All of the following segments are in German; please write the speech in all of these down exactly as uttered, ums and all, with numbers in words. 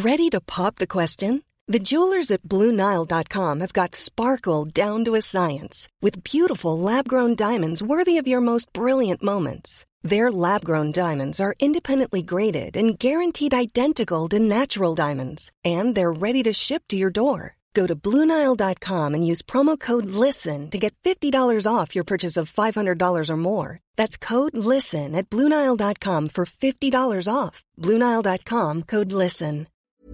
Ready to pop the question? The jewelers at Blue Nile dot com have got sparkle down to a science with beautiful lab-grown diamonds worthy of your most brilliant moments. Their lab-grown diamonds are independently graded and guaranteed identical to natural diamonds, and they're ready to ship to your door. Go to Blue Nile dot com and use promo code LISTEN to get fifty dollars off your purchase of five hundred dollars or more. That's code LISTEN at Blue Nile dot com for fifty dollars off. Blue Nile dot com, code LISTEN.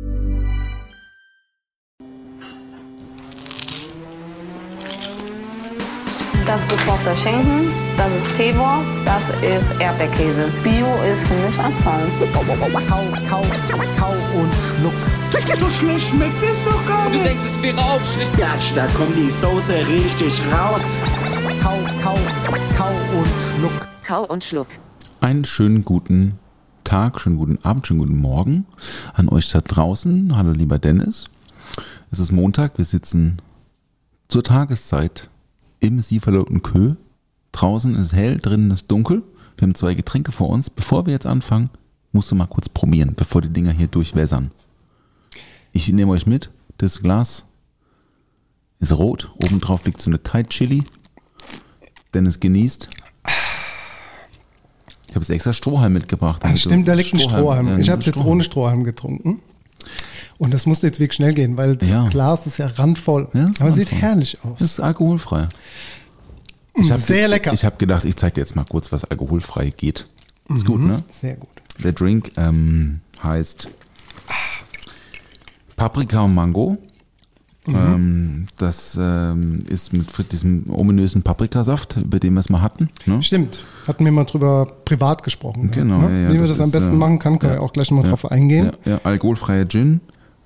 Das ist Reporter Schenken, das ist Teewurst, das ist Erdbeerkäse. Bio ist nicht abfallen. Kau, kau, kau und schluck. So schlecht schmeckt es doch gar nicht. Du denkst, es wäre aufschlicht. Ja, da kommt die Soße richtig raus. Kau, kau, kau und schluck. Kau und schluck. Einen schönen guten Tag, schönen guten Abend, schönen guten Morgen an euch da draußen. Hallo lieber Dennis. Es ist Montag, wir sitzen zur Tageszeit im Sieverloten Kö. Draußen ist hell, drinnen ist dunkel. Wir haben zwei Getränke vor uns. Bevor wir jetzt anfangen, musst du mal kurz probieren, bevor die Dinger hier durchwässern. Ich nehme euch mit. Das Glas ist rot. Obendrauf liegt so eine Thai Chili. Dennis genießt. Ich habe jetzt extra Strohhalm mitgebracht. Ach, stimmt, da liegt ein Strohhalm. Ja, ich habe es jetzt ohne Strohhalm getrunken. Und das musste jetzt wirklich schnell gehen, weil das ja. Glas ist ja randvoll. Ja, aber randvoll. Sieht herrlich aus. Das ist alkoholfrei. Ich hab Sehr ge- lecker. Ich habe gedacht, ich zeige dir jetzt mal kurz, was alkoholfrei geht. Ist mhm. gut, ne? Sehr gut. Der Drink ähm, heißt Paprika und Mango. Mhm. Ähm, das ähm, ist mit diesem ominösen Paprikasaft, über den wir es mal hatten. Ne? Stimmt. Hatten wir mal drüber privat gesprochen. Genau. Ne? Ja, ja, Wie man das das am ist, besten äh, machen kann, können ja, wir auch gleich nochmal ja, drauf eingehen. Ja, ja, alkoholfreier Gin.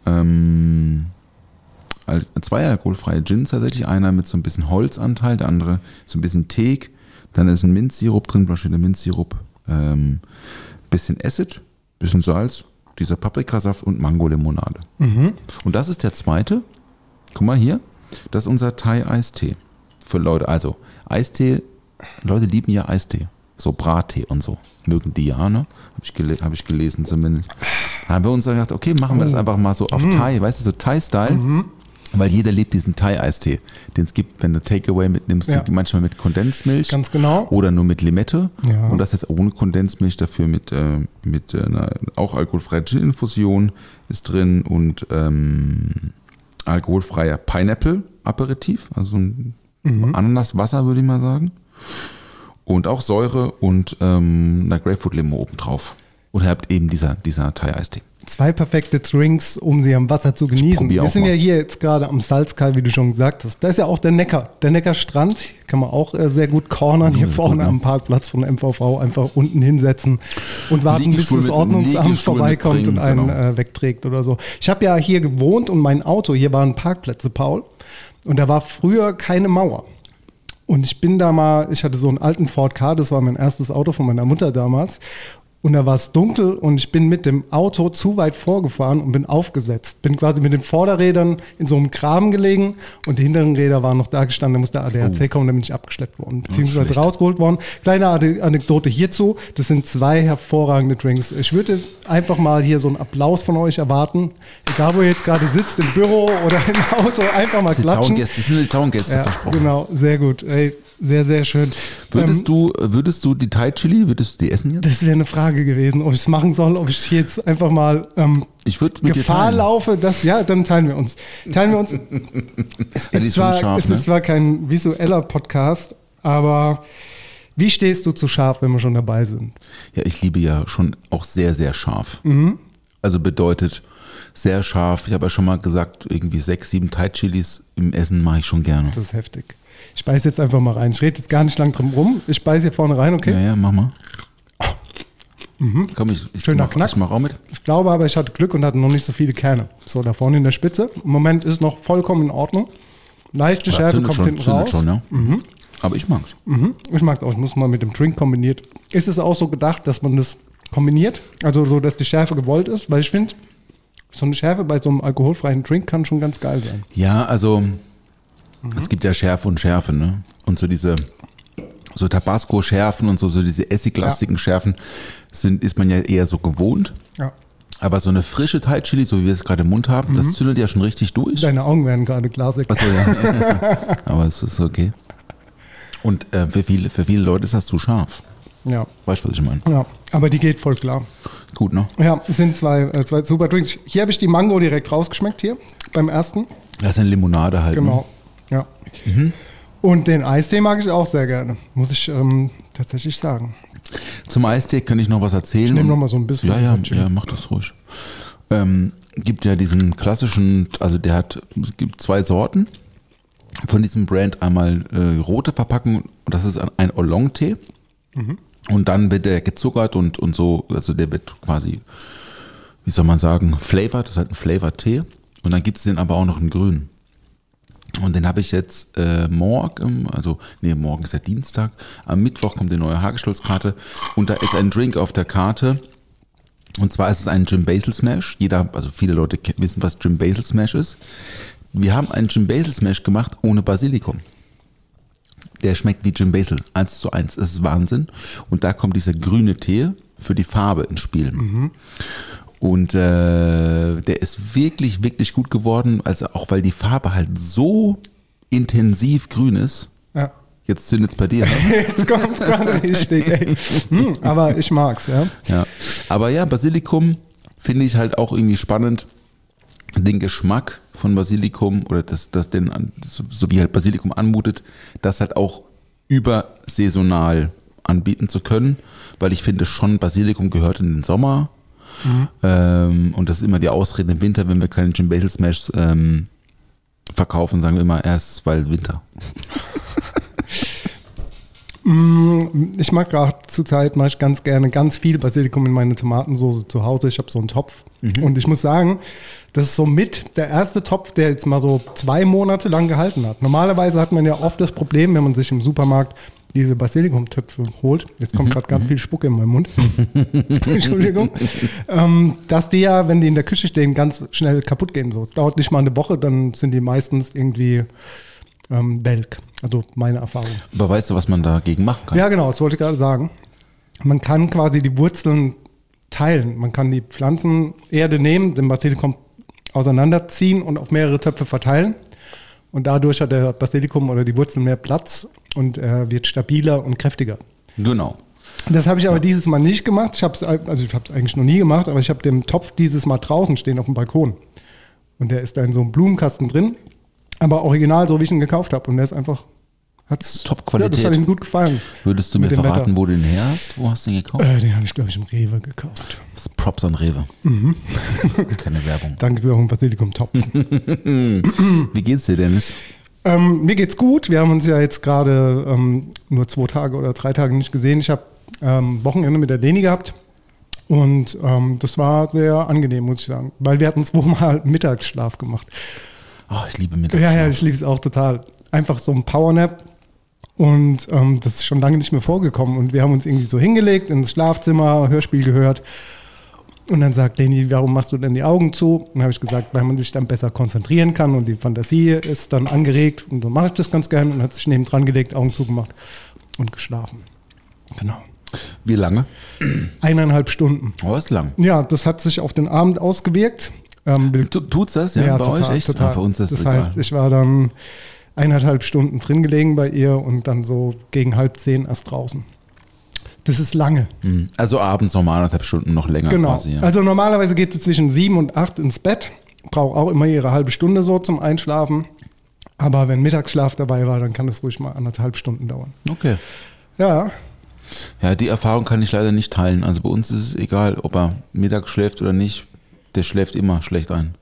Ähm, al- zwei alkoholfreie Gins tatsächlich. Einer mit so ein bisschen Holzanteil, der andere so ein bisschen Teak. Dann ist ein Minzsirup drin, blanchierter Minzsirup. Ähm, bisschen Acid, bisschen Salz, dieser Paprikasaft und Mango-Limonade. Mhm. Und das ist der zweite. Guck mal hier. Das ist unser Thai-Eistee. Für Leute, also Eistee, Leute lieben ja Eistee. So Brattee und so. Mögen die ja, ne? Habe ich, gele- hab ich gelesen zumindest. Da haben wir uns gedacht, okay, machen wir das einfach mal so auf Mhm. Thai, weißt du, so Thai-Style. Mhm. Weil jeder liebt diesen Thai-Eistee, den es gibt, wenn du Takeaway mitnimmst, Ja. manchmal mit Kondensmilch. Ganz genau. Oder nur mit Limette. Ja. Und das jetzt ohne Kondensmilch, dafür mit, äh, mit äh, einer auch alkoholfreier Gin-Infusion ist drin und ähm, alkoholfreier Pineapple-Aperitif, also ein Mhm. Ananaswasser, würde ich mal sagen. Und auch Säure und ähm, eine Grapefruit-Limo obendrauf. Und ihr habt eben dieser, dieser Thai-Eistee. Zwei perfekte Drinks, um sie am Wasser zu genießen. probier Wir auch sind mal. ja hier jetzt gerade am Salzkal, wie du schon gesagt hast. Da ist ja auch der Neckar. Der Neckarstrand kann man auch äh, sehr gut cornern. Hier Ja, vorne gut, ne? am Parkplatz von M V V einfach unten hinsetzen und warten, bis Liegestuhl das mit- Ordnungsamt Liegestuhl vorbeikommt und mitbringen, einen genau. äh, wegträgt oder so. Ich habe ja hier gewohnt und mein Auto, hier waren Parkplätze, Paul. Und da war früher keine Mauer. Und ich bin da mal, ich hatte so einen alten Ford Ka, das war mein erstes Auto von meiner Mutter damals. Und da war es dunkel und ich bin mit dem Auto zu weit vorgefahren und bin aufgesetzt. Bin quasi mit den Vorderrädern in so einem Graben gelegen und die hinteren Räder waren noch da gestanden. Da musste der A D A C kommen, da bin ich abgeschleppt worden, beziehungsweise schlecht. rausgeholt worden. Kleine Ade- Anekdote hierzu, das sind zwei hervorragende Drinks. Ich würde einfach mal hier so einen Applaus von euch erwarten. Egal, wo ihr jetzt gerade sitzt, im Büro oder im Auto, einfach mal Die klatschen. Zaungäste, das sind die Zaungäste Ja, versprochen. genau, sehr gut. Ey, sehr, sehr schön. Würdest, Ähm, du, würdest du die Thai Chili, würdest du die essen jetzt? Das wäre eine Frage gewesen, ob ich es machen soll, ob ich jetzt einfach mal ähm, Ich würde mit Gefahr dir teilen. laufe, dass, ja, dann teilen wir uns. Teilen wir uns. Es, Ja, die ist, ist schon zwar, scharf, es ne? ist zwar kein visueller Podcast, aber wie stehst du zu scharf, wenn wir schon dabei sind? Ja, ich liebe ja schon auch sehr, sehr scharf. Mhm. Also bedeutet sehr scharf. Ich habe ja schon mal gesagt, irgendwie sechs, sieben Thai Chilis im Essen mache ich schon gerne. Das ist heftig. Ich beiße jetzt einfach mal rein. Ich rede jetzt gar nicht lang drum rum. Ich beiße hier vorne rein, okay? Ja, ja, mach mal. Komm, ich, ich Schöner mach, Knack. Ich mach auch mit. Ich glaube aber, ich hatte Glück und hatte noch nicht so viele Kerne. So, da vorne in der Spitze. Im Moment ist noch vollkommen in Ordnung. Leichte Ja, Schärfe zündet kommt schon, hinten zündet raus. schon, ja. Aber ich mag's. Mhm. Ich mag es auch. Ich muss mal mit dem Drink kombiniert. Ist es auch so gedacht, dass man das kombiniert? Also so, dass die Schärfe gewollt ist? Weil ich finde, so eine Schärfe bei so einem alkoholfreien Drink kann schon ganz geil sein. Ja, also es gibt ja Schärfe und Schärfe, ne? Und so diese so Tabasco-Schärfen und so, so diese essiglastigen Ja. Schärfen sind, ist man ja eher so gewohnt. Ja. Aber so eine frische Thai-Chili, so wie wir es gerade im Mund haben, mhm. das zündet ja schon richtig durch. Deine Augen werden gerade glasig. Achso, ja. Aber es ist okay. Und äh, für, viele, für viele Leute ist das zu scharf. Ja. Weißt du, was ich meine? Ja, aber die geht voll klar. Gut, ne? Ja, es sind zwei, äh, zwei super Drinks. Hier habe ich die Mango direkt rausgeschmeckt, hier beim ersten. Das ist eine Limonade halt. Genau, ne? Ja. Mhm. Und den Eistee mag ich auch sehr gerne, muss ich ähm, tatsächlich sagen. Zum Eistee kann ich noch was erzählen. Ich nehme noch mal so ein bisschen. Ja, ja, ja, mach das ruhig. Ähm, gibt ja diesen klassischen, also der hat, es gibt zwei Sorten von diesem Brand. Einmal äh, rote Verpackung, das ist ein Oolong-Tee. Mhm. Und dann wird der gezuckert und, und so, also der wird quasi, wie soll man sagen, flavored, das ist halt ein Flavor-Tee. Und dann gibt es den aber auch noch in grün. Und den habe ich jetzt äh, morgen, also nee, morgen ist ja Dienstag, am Mittwoch kommt die neue Hagestolz-Karte und da ist ein Drink auf der Karte und zwar ist es ein Jim Basil Smash. Jeder, also viele Leute wissen, was Jim Basil Smash ist. Wir haben einen Jim Basil Smash gemacht ohne Basilikum. Der schmeckt wie Jim Basil, eins zu eins, das ist Wahnsinn. Und da kommt dieser grüne Tee für die Farbe ins Spiel. Mhm. Und äh, der ist wirklich, wirklich gut geworden, also auch weil die Farbe halt so intensiv grün ist. Ja. Jetzt zündet es bei dir. Ne? Jetzt kommt es gerade richtig, ey. Hm, aber ich mag's, ja. Ja. Aber ja, Basilikum finde ich halt auch irgendwie spannend. Den Geschmack von Basilikum oder das, das den, so wie halt Basilikum anmutet, das halt auch übersaisonal anbieten zu können, weil ich finde schon, Basilikum gehört in den Sommer. Mhm. Ähm, und das ist immer die Ausrede im Winter, wenn wir keine Jim Basil Smash ähm, verkaufen, sagen wir immer erst, weil Winter. Ich mag gerade zur Zeit, mache ich ganz gerne ganz viel Basilikum in meine Tomatensoße zu Hause. Ich habe so einen Topf. Mhm. Und ich muss sagen, das ist so mit der erste Topf, der jetzt mal so zwei Monate lang gehalten hat. Normalerweise hat man ja oft das Problem, wenn man sich im Supermarkt diese Basilikumtöpfe holt, jetzt kommt gerade ganz viel Spucke in meinen Mund, Entschuldigung, ähm, dass die ja, wenn die in der Küche stehen, ganz schnell kaputt gehen. So. Es dauert nicht mal eine Woche, dann sind die meistens irgendwie ähm, welk. Also meine Erfahrung. Aber weißt du, was man dagegen machen kann? Ja, genau, das wollte ich gerade sagen. Man kann quasi die Wurzeln teilen. Man kann die Pflanzenerde nehmen, den Basilikum auseinanderziehen und auf mehrere Töpfe verteilen. Und dadurch hat der Basilikum oder die Wurzel mehr Platz und er wird stabiler und kräftiger. Genau. Das habe ich aber ja. dieses Mal nicht gemacht. Ich habe es also ich habe es eigentlich noch nie gemacht, aber ich habe den Topf dieses Mal draußen stehen auf dem Balkon. Und der ist da in so einem Blumenkasten drin, aber original so, wie ich ihn gekauft habe. Und der ist einfach, hat's, Top-Qualität. Ja, das hat ihm gut gefallen. Würdest du mir verraten, wo du den her hast? Wo hast du den gekauft? Äh, den habe ich, glaube ich, im Rewe gekauft. Das ist Props an Rewe. Mhm. Keine Werbung. Danke für euren Basilikum-Topf. Wie geht's dir, Dennis? Ähm, mir geht's gut. Wir haben uns ja jetzt gerade ähm, nur zwei Tage oder drei Tage nicht gesehen. Ich habe ähm, Wochenende mit der Leni gehabt und ähm, das war sehr angenehm, muss ich sagen, weil wir hatten zweimal Mittagsschlaf gemacht. Oh, ich liebe Mittagsschlaf. Ja, ja, ich liebe es auch total. Einfach so ein Powernap und ähm, das ist schon lange nicht mehr vorgekommen und wir haben uns irgendwie so hingelegt ins Schlafzimmer, Hörspiel gehört. Und dann sagt Leni, warum machst du denn die Augen zu? Und dann habe ich gesagt, weil man sich dann besser konzentrieren kann und die Fantasie ist dann angeregt. Und so mache ich das ganz gerne und hat sich neben dran gelegt, Augen zugemacht und geschlafen. Genau. Wie lange? Eineinhalb Stunden. Oh, ist lang. Ja, das hat sich auf den Abend ausgewirkt. Ähm, Tut's das? Ja, ja bei total, euch echt? total. Ah, bei uns ist das das heißt, egal. ich war dann eineinhalb Stunden drin gelegen bei ihr und dann so gegen halb zehn erst draußen. Das ist lange. Also abends nochmal anderthalb Stunden noch länger genau. quasi. Ja. Also normalerweise geht sie zwischen sieben und acht ins Bett. Braucht auch immer ihre halbe Stunde so zum Einschlafen. Aber wenn Mittagsschlaf dabei war, dann kann das ruhig mal anderthalb Stunden dauern. Okay. Ja. Ja, die Erfahrung kann ich leider nicht teilen. Also bei uns ist es egal, ob er mittags schläft oder nicht. Der schläft immer schlecht ein.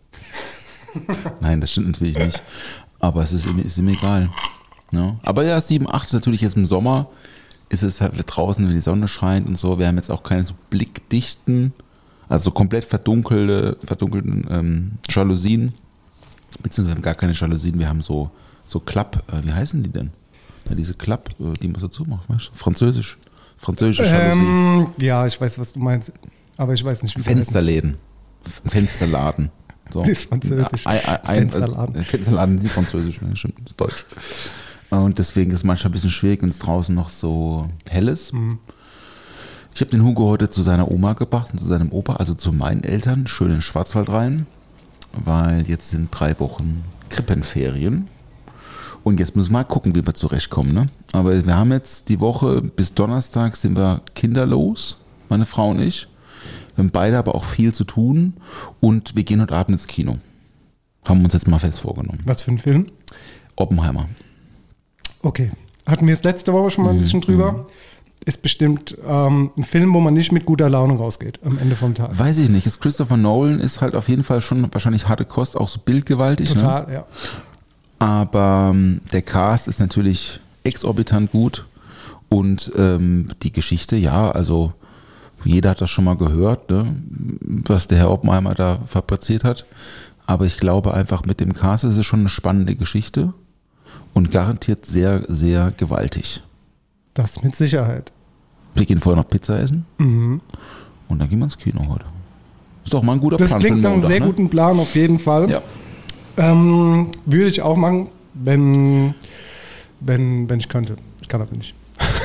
Nein, das stimmt natürlich nicht. Aber es ist, ist ihm egal. Ja. Aber ja, sieben, acht ist natürlich jetzt im Sommer. Ist es halt draußen, wenn die Sonne scheint und so. Wir haben jetzt auch keine so blickdichten, also komplett verdunkelte, verdunkelten ähm, Jalousien. Beziehungsweise haben gar keine Jalousien. Wir haben so, so Klapp, äh, wie heißen die denn? Ja, diese Klapp, äh, die man so zumacht, weißt du? Französisch. Französische Jalousie. Ähm, ja, ich weiß, was du meinst. Aber ich weiß nicht, wie Fensterläden. F- Fensterladen. So. Das ist französisch. Ein, ein, ein, Fensterladen. Äh, Fensterladen ist nicht französisch, ne? Stimmt, das ist deutsch. Und deswegen ist es manchmal ein bisschen schwierig, wenn es draußen noch so hell ist. Mhm. Ich habe den Hugo heute zu seiner Oma gebracht und zu seinem Opa, also zu meinen Eltern, schön in Schwarzwald rein, weil jetzt sind drei Wochen Krippenferien. Und jetzt müssen wir mal gucken, wie wir zurechtkommen. Ne? Aber wir haben jetzt die Woche, bis Donnerstag sind wir kinderlos, meine Frau und ich. Wir haben beide aber auch viel zu tun und wir gehen heute Abend ins Kino. Haben wir uns jetzt mal fest vorgenommen. Was für ein Film? Oppenheimer. Okay. Hatten wir es letzte Woche schon mal ein bisschen drüber. Ist bestimmt ähm, ein Film, wo man nicht mit guter Laune rausgeht am Ende vom Tag. Weiß ich nicht. Ist Christopher Nolan ist halt auf jeden Fall schon wahrscheinlich harte Kost, auch so bildgewaltig. Total, ne? ja. Aber ähm, der Cast ist natürlich exorbitant gut und ähm, die Geschichte, ja, also jeder hat das schon mal gehört, ne, was der Herr Oppenheimer da fabriziert hat. Aber ich glaube einfach, mit dem Cast ist es schon eine spannende Geschichte und garantiert sehr, sehr gewaltig. Das mit Sicherheit. Wir gehen vorher noch Pizza essen Mhm. und dann gehen wir ins Kino heute. Ist doch mal ein guter Das Plan. klingt für nach den einem sehr Montag, guten Plan auf jeden Fall. Ne? Ja. Ähm, würde ich auch machen, wenn, wenn, wenn ich könnte. Ich kann aber nicht.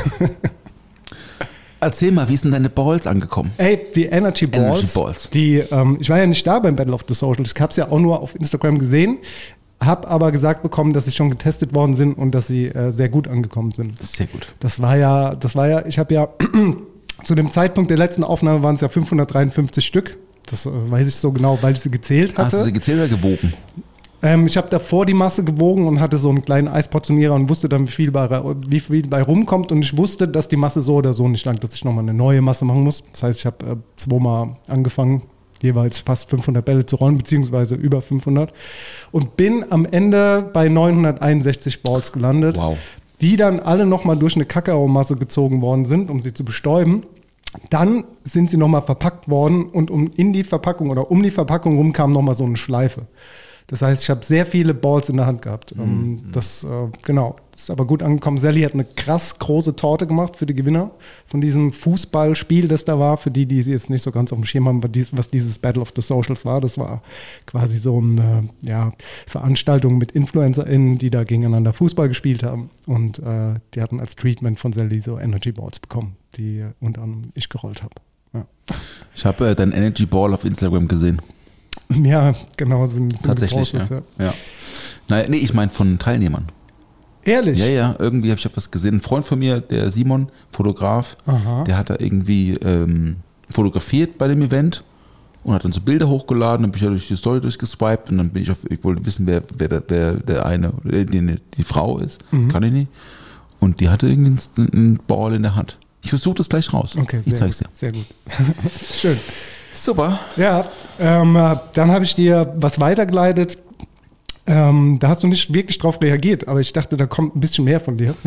Erzähl mal, wie sind deine Balls angekommen? Ey, die Energy Balls, Energy Balls. die, ähm, ich war ja nicht da beim Battle of the Socials, ich habe es ja auch nur auf Instagram gesehen, habe aber gesagt bekommen, dass sie schon getestet worden sind und dass sie äh, sehr gut angekommen sind. Sehr gut. Das war ja, das war ja, ich habe ja zu dem Zeitpunkt der letzten Aufnahme waren es ja fünfhundertdreiundfünfzig Stück. Das äh, weiß ich so genau, weil ich sie gezählt hatte. Hast du sie gezählt oder gewogen? Ähm, ich habe davor die Masse gewogen und hatte so einen kleinen Eisportionierer und wusste dann, wie viel bei, wie viel bei rumkommt. Und ich wusste, dass die Masse so oder so nicht langt, dass ich nochmal eine neue Masse machen muss. Das heißt, ich habe äh, zweimal angefangen, jeweils fast fünfhundert Bälle zu rollen, beziehungsweise über fünfhundert. Und bin am Ende bei neunhunderteinundsechzig Balls gelandet, Wow. die dann alle nochmal durch eine Kakaomasse gezogen worden sind, um sie zu bestäuben. Dann sind sie nochmal verpackt worden und um in die Verpackung oder um die Verpackung rum kam nochmal so eine Schleife. Das heißt, ich habe sehr viele Balls in der Hand gehabt. Mhm. Das, äh, genau, ist aber gut angekommen. Sally hat eine krass große Torte gemacht für die Gewinner von diesem Fußballspiel, das da war. Für die, die jetzt nicht so ganz auf dem Schirm haben, was dieses Battle of the Socials war. Das war quasi so eine ja, Veranstaltung mit InfluencerInnen, die da gegeneinander Fußball gespielt haben. Und äh, die hatten als Treatment von Sally so Energy Balls bekommen, die äh, unter anderem ich gerollt habe. Ja. Ich habe äh, dein Energy Ball auf Instagram gesehen. Ja, genau. Sind, sind Tatsächlich, gepostet, ja. ja. Naja, nee, ich meine von Teilnehmern. Ehrlich? Ja, ja, irgendwie habe ich etwas gesehen. Ein Freund von mir, der Simon, Fotograf, Aha. der hat da irgendwie ähm, fotografiert bei dem Event und hat dann so Bilder hochgeladen. Dann bin ich ja durch die Story durchgeswiped und dann bin ich auf, ich wollte wissen, wer, wer, der, wer der eine, die, die Frau ist. Mhm. Kann ich nicht. Und die hatte irgendwie einen, einen Ball in der Hand. Ich versuche das gleich raus. Okay, ich zeig's dir. Sehr gut. Schön. Super. Ja, ähm, dann habe ich dir was weitergeleitet. Ähm, da hast du nicht wirklich drauf reagiert, aber ich dachte, da kommt ein bisschen mehr von dir.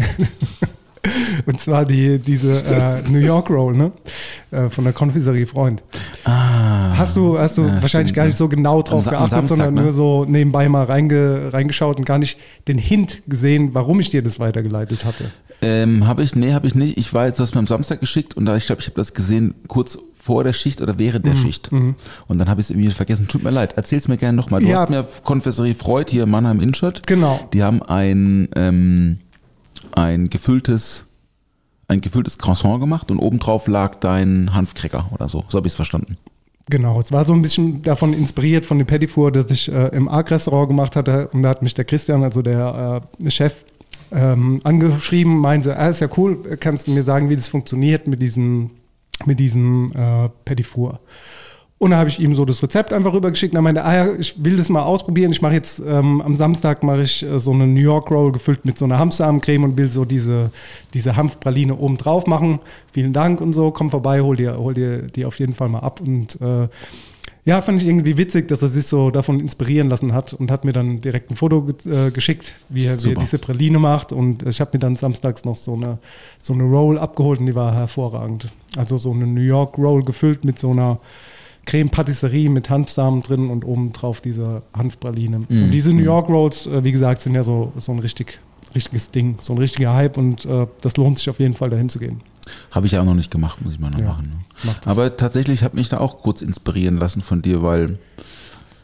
Und zwar die, diese äh, New York Roll, ne? Äh, von der Konfiserie Freund. Ah, hast du, hast du ja, wahrscheinlich stimmt, gar nicht so genau drauf am, geachtet, am Samstag, sondern ne? nur so nebenbei mal reinge, reingeschaut und gar nicht den Hint gesehen, warum ich dir das weitergeleitet hatte. Ähm, habe ich, nee, habe ich nicht. Ich war jetzt, du hast mir am Samstag geschickt und da, ich glaube, ich habe das gesehen kurz vor der Schicht oder während der Mhm. Schicht. Und dann habe ich es irgendwie vergessen. Tut mir leid, erzähl's mir gerne nochmal. Du Ja. hast mir Konfiserie Freud hier in Mannheim Innstadt. Genau. Die haben ein, ähm, ein gefülltes ein gefülltes Croissant gemacht und obendrauf lag dein Hanfcracker oder so. So habe ich es verstanden. Genau, es war so ein bisschen davon inspiriert von dem Petit Four, das ich äh, im Arc-Restaurant gemacht hatte. Und da hat mich der Christian, also der äh, Chef, ähm, angeschrieben, meinte, ah, ist ja cool, kannst du mir sagen, wie das funktioniert mit diesem, mit diesem äh, Petit Four. Und da habe ich ihm so das Rezept einfach rübergeschickt und er meinte, ah ja, ich will das mal ausprobieren. Ich mache jetzt, ähm, am Samstag mache ich äh, so eine New York Roll gefüllt mit so einer Hanfsamencreme und will so diese, diese Hanfpraline oben drauf machen. Vielen Dank und so, komm vorbei, hol dir, hol dir die auf jeden Fall mal ab. Und äh, ja, fand ich irgendwie witzig, dass er sich so davon inspirieren lassen hat und hat mir dann direkt ein Foto ge- äh, geschickt, wie er, wie er diese Praline macht. Und ich habe mir dann samstags noch so eine, so eine Roll abgeholt und die war hervorragend. Also so eine New York Roll gefüllt mit so einer Creme-Patisserie mit Hanfsamen drin und oben drauf diese Hanfpraline. Mm, und diese New York Rolls, äh, wie gesagt, sind ja so, so ein richtig, richtiges Ding, so ein richtiger Hype und äh, das lohnt sich auf jeden Fall, dahin zu gehen. Habe ich ja auch noch nicht gemacht, muss ich mal noch Ja, machen. Ne? mach das. Aber tatsächlich habe mich da auch kurz inspirieren lassen von dir, weil,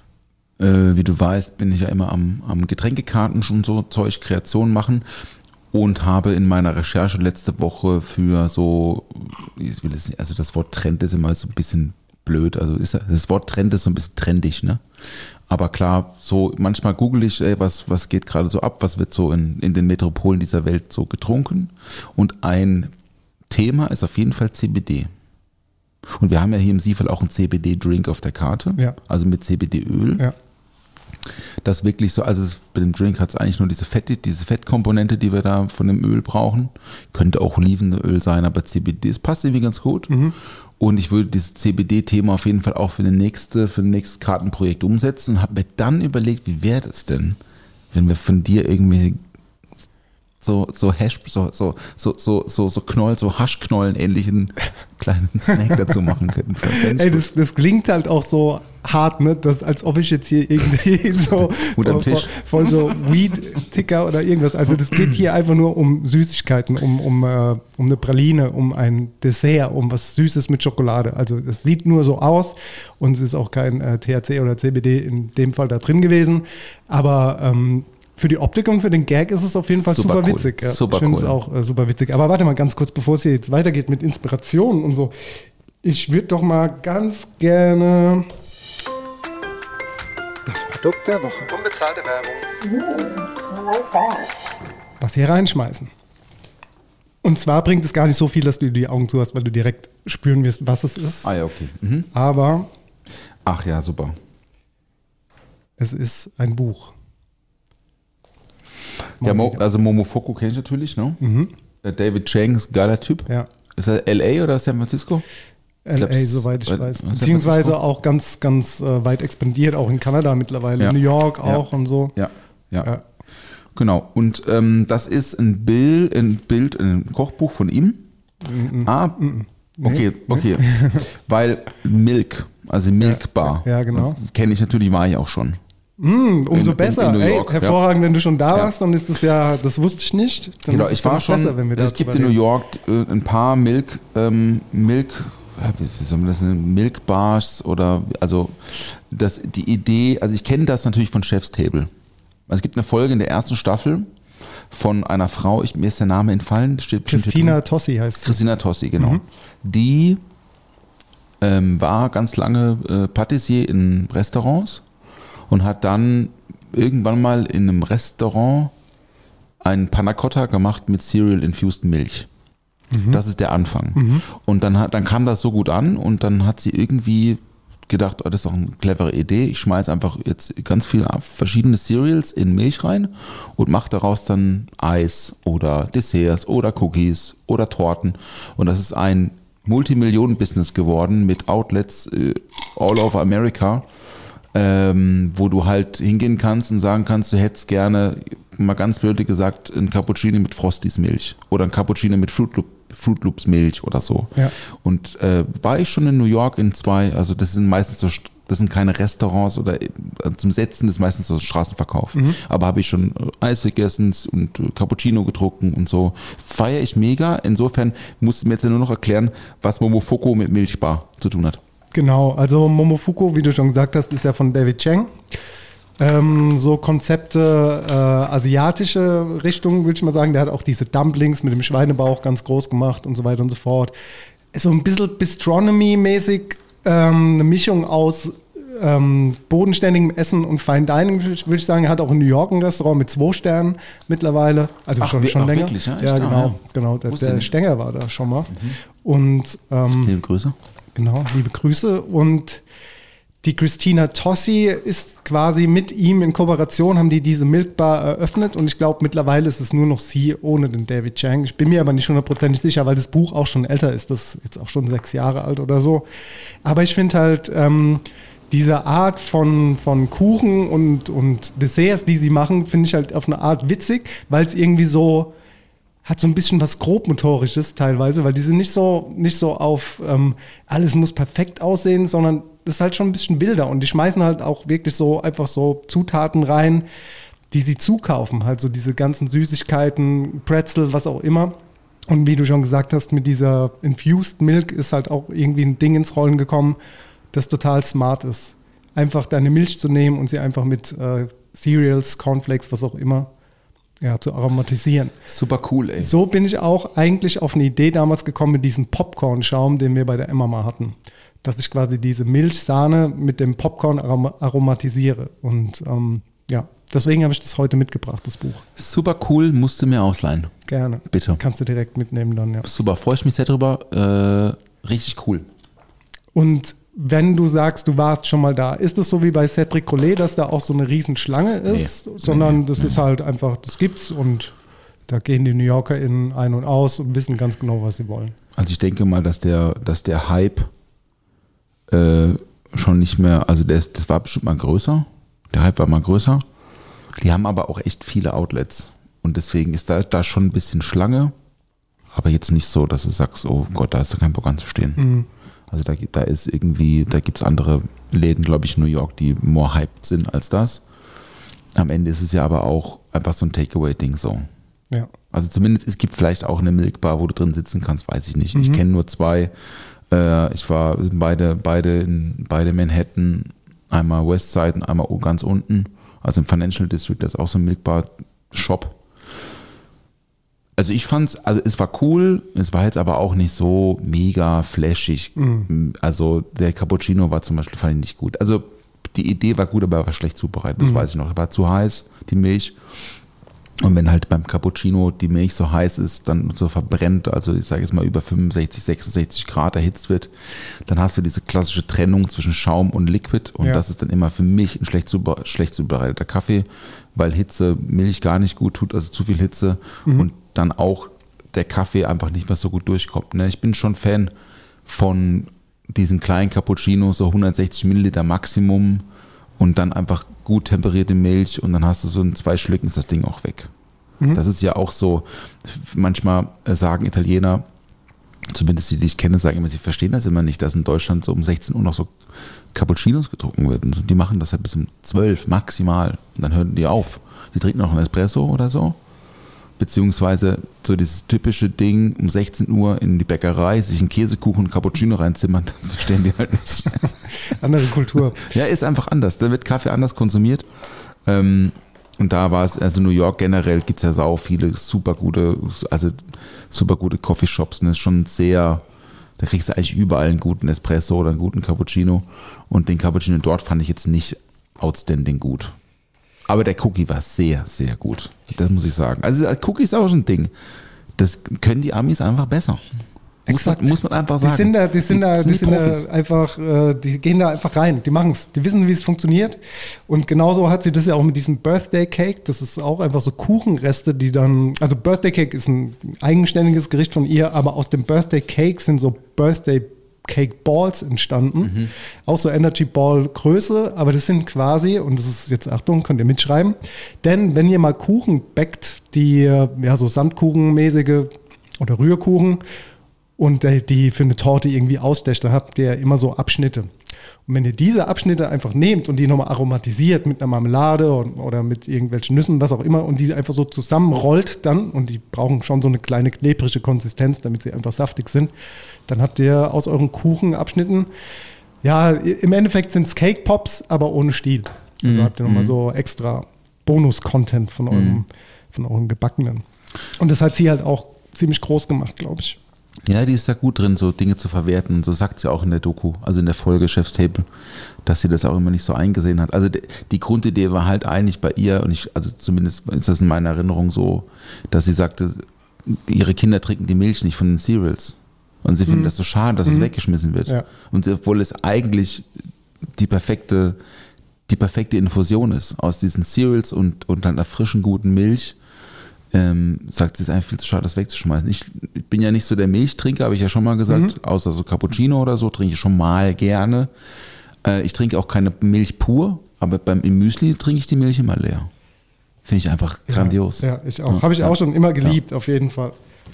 äh, wie du weißt, bin ich ja immer am, am Getränkekarten schon so Zeug, Kreation machen. und habe in meiner Recherche letzte Woche für so, ich will es nicht, also das Wort Trend ist immer so ein bisschen blöd, also ist, das Wort Trend ist so ein bisschen trendig, ne? Aber klar, so manchmal google ich, ey, was, was geht gerade so ab, was wird so in, in den Metropolen dieser Welt so getrunken, und ein Thema ist auf jeden Fall C B D. Und wir haben ja hier im Siefel auch einen C B D-Drink auf der Karte, Ja. also mit C B D-Öl. Ja. Das wirklich so, also es, bei dem Drink hat es eigentlich nur diese Fett, diese Fettkomponente, die wir da von dem Öl brauchen. Könnte auch Olivenöl sein, aber C B D, es passt irgendwie ganz gut. Mhm. Und ich würde dieses C B D-Thema auf jeden Fall auch für, den nächste, für ein nächstes Kartenprojekt umsetzen und habe mir dann überlegt, wie wäre das denn, wenn wir von dir irgendwie so so Hash, so so so so so so Knoll, so Haschknollen ähnlichen kleinen Snack dazu machen könnten. Ey, das, das klingt halt auch so hart, ne? Das, als ob ich jetzt hier irgendwie so Hut am voll, Tisch. voll so Weed-Ticker oder irgendwas. Also das geht hier einfach nur um Süßigkeiten, um, um, äh, um eine Praline, um ein Dessert, um was Süßes mit Schokolade. Also es sieht nur so aus und es ist auch kein äh, T H C oder C B D in dem Fall da drin gewesen. Aber ähm, für die Optik und für den Gag ist es auf jeden Fall super, Super cool. witzig. Ja. Super ich finde cool. es auch äh, super witzig. Aber warte mal ganz kurz, bevor es hier jetzt weitergeht mit Inspirationen und so. Ich würde doch mal ganz gerne das Produkt der Woche, Unbezahlte Werbung. was hier reinschmeißen. Und zwar bringt es gar nicht so viel, dass du die Augen zu hast, weil du direkt spüren wirst, was es ist. Ah ja, okay. Mhm. Aber Ach ja, super. es ist ein Buch. Der Mo, also Momofuku kenne ich natürlich, ne? Mhm. Der David Chang ist ein geiler Typ. Ja. Ist er L A oder San Francisco? L A, glaub's- soweit ich San weiß. Francisco? Beziehungsweise auch ganz, ganz äh, weit expandiert, auch in Kanada mittlerweile, Ja. New York Ja. auch und so. Ja, ja. Ja. Genau. Und ähm, das ist ein Bild, ein Bild, ein Kochbuch von ihm. Ah, okay, okay. Weil Milk, also Milk Bar. Ja, genau. Kenne ich natürlich, war ich auch schon. Hm, umso In- in- besser. in New Ey, York, hervorragend, wenn du schon da Ja. warst, dann ist das ja, das wusste ich nicht. Dann Genau, ist es ich ja war noch schon, besser, wenn wir es darüber gibt in New reden. York äh, ein paar Milk, ähm, Milk, ja, wie, wie soll man das nennen, Milk Bars oder, also das, die Idee, also ich kenne das natürlich von Chef's Table. Also es gibt eine Folge in der ersten Staffel von einer Frau, ich, mir ist der Name entfallen, steht bestimmt hier Christina drin. Tossi heißt sie. Christina Tossi, genau. Mhm. Die ähm, war ganz lange äh, Patissier in Restaurants und hat dann irgendwann mal in einem Restaurant einen Panna Cotta gemacht mit Cereal-Infused Milch. Das ist der Anfang. Und dann, hat, dann kam das so gut an und dann hat sie irgendwie gedacht, oh, das ist doch eine clevere Idee. Ich schmeiße einfach jetzt ganz viele verschiedene Cereals in Milch rein und mache daraus dann Eis oder Desserts oder Cookies oder Torten. Und das ist ein Multimillionen-Business geworden mit Outlets äh, all over America, ähm, wo du halt hingehen kannst und sagen kannst, du hättest gerne, mal ganz blöd gesagt, ein Cappuccino mit Frosties Milch oder ein Cappuccino mit Fruit Loop, Fruit Loops Milch oder so. Ja. Und äh, war ich schon in New York in zwei, also das sind meistens so, das sind keine Restaurants oder äh, zum Setzen ist meistens so Straßenverkauf. Mhm. Aber habe ich schon äh, Eis gegessen und äh, Cappuccino getrunken und so. Feiere ich mega. Insofern musst du mir jetzt ja nur noch erklären, was Momofuku mit Milchbar zu tun hat. Genau, also Momofuku, wie du schon gesagt hast, ist ja von David Chang. Ähm, so Konzepte, äh, asiatische Richtung, würde ich mal sagen. Der hat auch diese Dumplings mit dem Schweinebauch ganz groß gemacht und so weiter und so fort. So ein bisschen Bistronomy-mäßig, ähm, eine Mischung aus ähm, bodenständigem Essen und Fine Dining, würde ich sagen. Er hat auch in New York ein Restaurant mit zwei Sternen mittlerweile. Also Ach, schon, wir- schon ach, länger. wirklich, ja? Echt? Ja, Ah, genau. ja. genau. Der, Wusste der nicht. Stenger war da schon mal. Und ähm, Liebe Grüße. Genau, liebe Grüße. Und die Christina Tossi ist quasi mit ihm in Kooperation, haben die diese Milk Bar eröffnet. Und ich glaube, mittlerweile ist es nur noch sie ohne den David Chang. Ich bin mir aber nicht hundertprozentig sicher, weil das Buch auch schon älter ist. Das ist jetzt auch schon sechs Jahre alt oder so. Aber ich finde halt ähm, diese Art von, von Kuchen und, und Desserts, die sie machen, finde ich halt auf eine Art witzig, weil es irgendwie so hat so ein bisschen was grobmotorisches teilweise, weil die sind nicht so, nicht so auf ähm, alles muss perfekt aussehen, sondern das ist halt schon ein bisschen wilder und die schmeißen halt auch wirklich so einfach so Zutaten rein, die sie zukaufen, halt so diese ganzen Süßigkeiten, Pretzel, was auch immer. Und wie du schon gesagt hast, mit dieser Infused Milk ist halt auch irgendwie ein Ding ins Rollen gekommen, das total smart ist. Einfach deine Milch zu nehmen und sie einfach mit äh, Cereals, Cornflakes, was auch immer, ja, zu aromatisieren. Super cool, ey. So bin ich auch eigentlich auf eine Idee damals gekommen mit diesem Popcorn-Schaum, den wir bei der Emma mal hatten. Dass ich quasi diese Milchsahne mit dem Popcorn arom- aromatisiere. Und ähm, ja, deswegen habe ich das heute mitgebracht, das Buch. Super cool, musst du mir ausleihen. Gerne. Bitte. Kannst du direkt mitnehmen dann, ja. Super, freue ich mich sehr drüber. Äh, richtig cool. Und wenn du sagst, du warst schon mal da, ist es so wie bei Cédric Collet, dass da auch so eine Riesenschlange ist, nee, sondern nee, das nee. ist halt einfach, das gibt's und da gehen die New YorkerInnen ein und aus und wissen ganz genau, was sie wollen. Also ich denke mal, dass der, dass der Hype äh, schon nicht mehr, also der ist, das war bestimmt mal größer, der Hype war mal größer. Die haben aber auch echt viele Outlets und deswegen ist da, da schon ein bisschen Schlange, aber jetzt nicht so, dass du sagst, oh Gott, da ist da kein Bock anzustehen. Mhm. Also da, da ist irgendwie, da gibt es andere Läden, glaube ich, in New York, die more hyped sind als das. Am Ende ist es ja aber auch einfach so ein Takeaway-Ding so. Ja. Also zumindest, es gibt vielleicht auch eine Milkbar, wo du drin sitzen kannst, weiß ich nicht. Mhm. Ich kenne nur zwei. Äh, ich war beide, beide in beide Manhattan, einmal Westside und einmal ganz unten. Also im Financial District, das ist auch so ein Milkbar-Shop. Also ich fand's, also es war cool, es war jetzt aber auch nicht so mega flashig. Mhm. Also der Cappuccino war zum Beispiel, fand ich nicht gut. Also die Idee war gut, aber er war schlecht zubereitet, das mhm. weiß ich noch. Er war zu heiß, die Milch. Und wenn halt beim Cappuccino die Milch so heiß ist, dann so verbrennt, also ich sage jetzt mal über fünfundsechzig, sechsundsechzig Grad erhitzt wird, dann hast du diese klassische Trennung zwischen Schaum und Liquid und ja. das ist dann immer für mich ein schlecht, zuber- schlecht zubereiteter Kaffee, weil Hitze Milch gar nicht gut tut, also zu viel Hitze mhm. und dann auch der Kaffee einfach nicht mehr so gut durchkommt. Ne? Ich bin schon Fan von diesen kleinen Cappuccinos, so hundertsechzig Milliliter Maximum und dann einfach gut temperierte Milch und dann hast du so in zwei Schlücken ist das Ding auch weg. Mhm. Das ist ja auch so, manchmal sagen Italiener, zumindest die, die ich kenne, sagen immer, sie verstehen das immer nicht, dass in Deutschland so um sechzehn Uhr noch so Cappuccinos getrunken werden. Die machen das halt bis um zwölf maximal und dann hören die auf. Die trinken noch einen Espresso oder so. Beziehungsweise so dieses typische Ding, um sechzehn Uhr in die Bäckerei, sich einen Käsekuchen und Cappuccino reinzimmern, das verstehen die halt nicht. Andere Kultur. Ja, ist einfach anders. Da wird Kaffee anders konsumiert. Ähm, und da war es, also New York generell gibt es ja sau viele super gute, also super gute Coffeeshops. Und das ist schon sehr, da kriegst du eigentlich überall einen guten Espresso oder einen guten Cappuccino. Und den Cappuccino dort fand ich jetzt nicht outstanding gut. Aber der Cookie war sehr, sehr gut. Das muss ich sagen. Also Cookie ist auch so ein Ding. Das können die Amis einfach besser. Muss man, muss man einfach sagen. Die sind da, die sind da, die sind da einfach, äh, die gehen da einfach rein. Die machen es. Die wissen, wie es funktioniert. Und genauso hat sie das ja auch mit diesem Birthday Cake. Das ist auch einfach so Kuchenreste, die dann, also Birthday Cake ist ein eigenständiges Gericht von ihr, aber aus dem Birthday Cake sind so Birthday Cake Balls entstanden. Mhm. Auch so Energy Ball Größe, aber das sind quasi, und das ist jetzt, Achtung, könnt ihr mitschreiben, denn wenn ihr mal Kuchen backt, die ja so Sandkuchenmäßige oder Rührkuchen und die für eine Torte irgendwie ausstecht, dann habt ihr immer so Abschnitte. Und wenn ihr diese Abschnitte einfach nehmt und die nochmal aromatisiert mit einer Marmelade oder mit irgendwelchen Nüssen, was auch immer, und die einfach so zusammenrollt dann, und die brauchen schon so eine kleine klebrige Konsistenz, damit sie einfach saftig sind, dann habt ihr aus euren Kuchenabschnitten, ja, im Endeffekt sind es Cake Pops, aber ohne Stiel. Also mm, habt ihr nochmal mm. so extra Bonus-Content von eurem, mm. von eurem Gebackenen. Und das hat sie halt auch ziemlich groß gemacht, glaube ich. Ja, die ist da gut drin, so Dinge zu verwerten. Und so sagt sie auch in der Doku, also in der Folge Chef's Table, dass sie das auch immer nicht so eingesehen hat. Also die Grundidee war halt eigentlich bei ihr, und ich, also zumindest ist das in meiner Erinnerung so, dass sie sagte, ihre Kinder trinken die Milch nicht von den Cereals. Und sie mhm. finden das so schade, dass mhm. es weggeschmissen wird. Ja. Und obwohl es eigentlich die perfekte, die perfekte Infusion ist aus diesen Cereals und, und dann einer frischen, guten Milch, ähm, sagt sie, es ist einfach viel zu schade, das wegzuschmeißen. Ich, ich bin ja nicht so der Milchtrinker, habe ich ja schon mal gesagt, mhm. außer so Cappuccino oder so, trinke ich schon mal gerne. Äh, ich trinke auch keine Milch pur, aber beim im Müsli trinke ich die Milch immer leer. Finde ich einfach grandios. Ja, ja ich auch. Ja, habe ich ja. auch schon immer geliebt, ja. auf jeden Fall.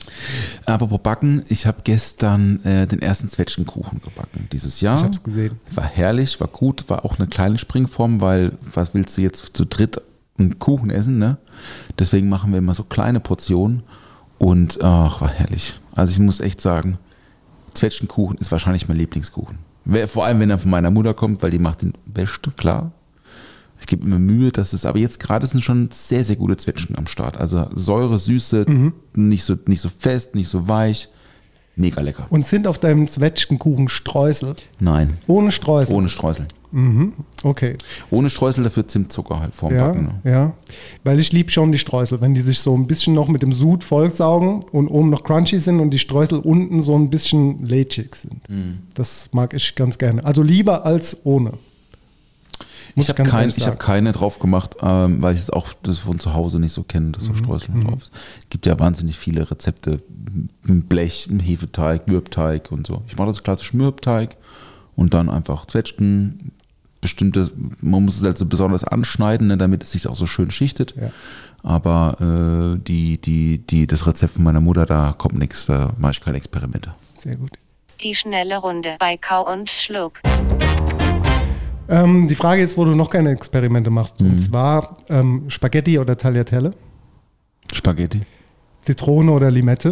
Apropos Backen, ich habe gestern äh, den ersten Zwetschgenkuchen gebacken dieses Jahr. Ich habe es gesehen. War herrlich, war gut, war auch eine kleine Springform, weil was willst du jetzt zu dritt einen Kuchen essen, ne? Deswegen machen wir immer so kleine Portionen und ach, war herrlich. Also ich muss echt sagen, Zwetschgenkuchen ist wahrscheinlich mein Lieblingskuchen. Vor allem, wenn er von meiner Mutter kommt, weil die macht den besten, klar. Ich gebe mir Mühe, dass es, aber jetzt gerade sind schon sehr, sehr gute Zwetschgen am Start. Also Säure, Süße, mhm. nicht so, nicht so fest, nicht so weich. Mega lecker. Und sind auf deinem Zwetschgenkuchen Streusel? Nein. Ohne Streusel? Ohne Streusel. Mhm. Okay. Ohne Streusel, dafür Zimtzucker halt vorm ja, Backen. Ne? Ja, weil ich liebe schon die Streusel, wenn die sich so ein bisschen noch mit dem Sud vollsaugen und oben noch crunchy sind und die Streusel unten so ein bisschen lätschig sind. Mhm. Das mag ich ganz gerne. Also lieber als ohne. Muss ich habe kein, hab keine drauf gemacht, ähm, weil ich es auch das von zu Hause nicht so kenne, dass so Streusel mhm. drauf ist. Es gibt ja wahnsinnig viele Rezepte. Blech, Hefeteig, Mürbteig und so. Ich mache das klassisch Mürbteig und dann einfach Zwetschgen. Bestimmte, man muss es halt so besonders anschneiden, ne, damit es sich auch so schön schichtet. Ja. Aber äh, die, die, die, das Rezept von meiner Mutter, da kommt nichts, da mache ich keine Experimente. Sehr gut. Die schnelle Runde bei Kau und Schluck. Ähm, die Frage ist, wo du noch keine Experimente machst. Mhm. Und zwar ähm, Spaghetti oder Tagliatelle? Spaghetti. Zitrone oder Limette?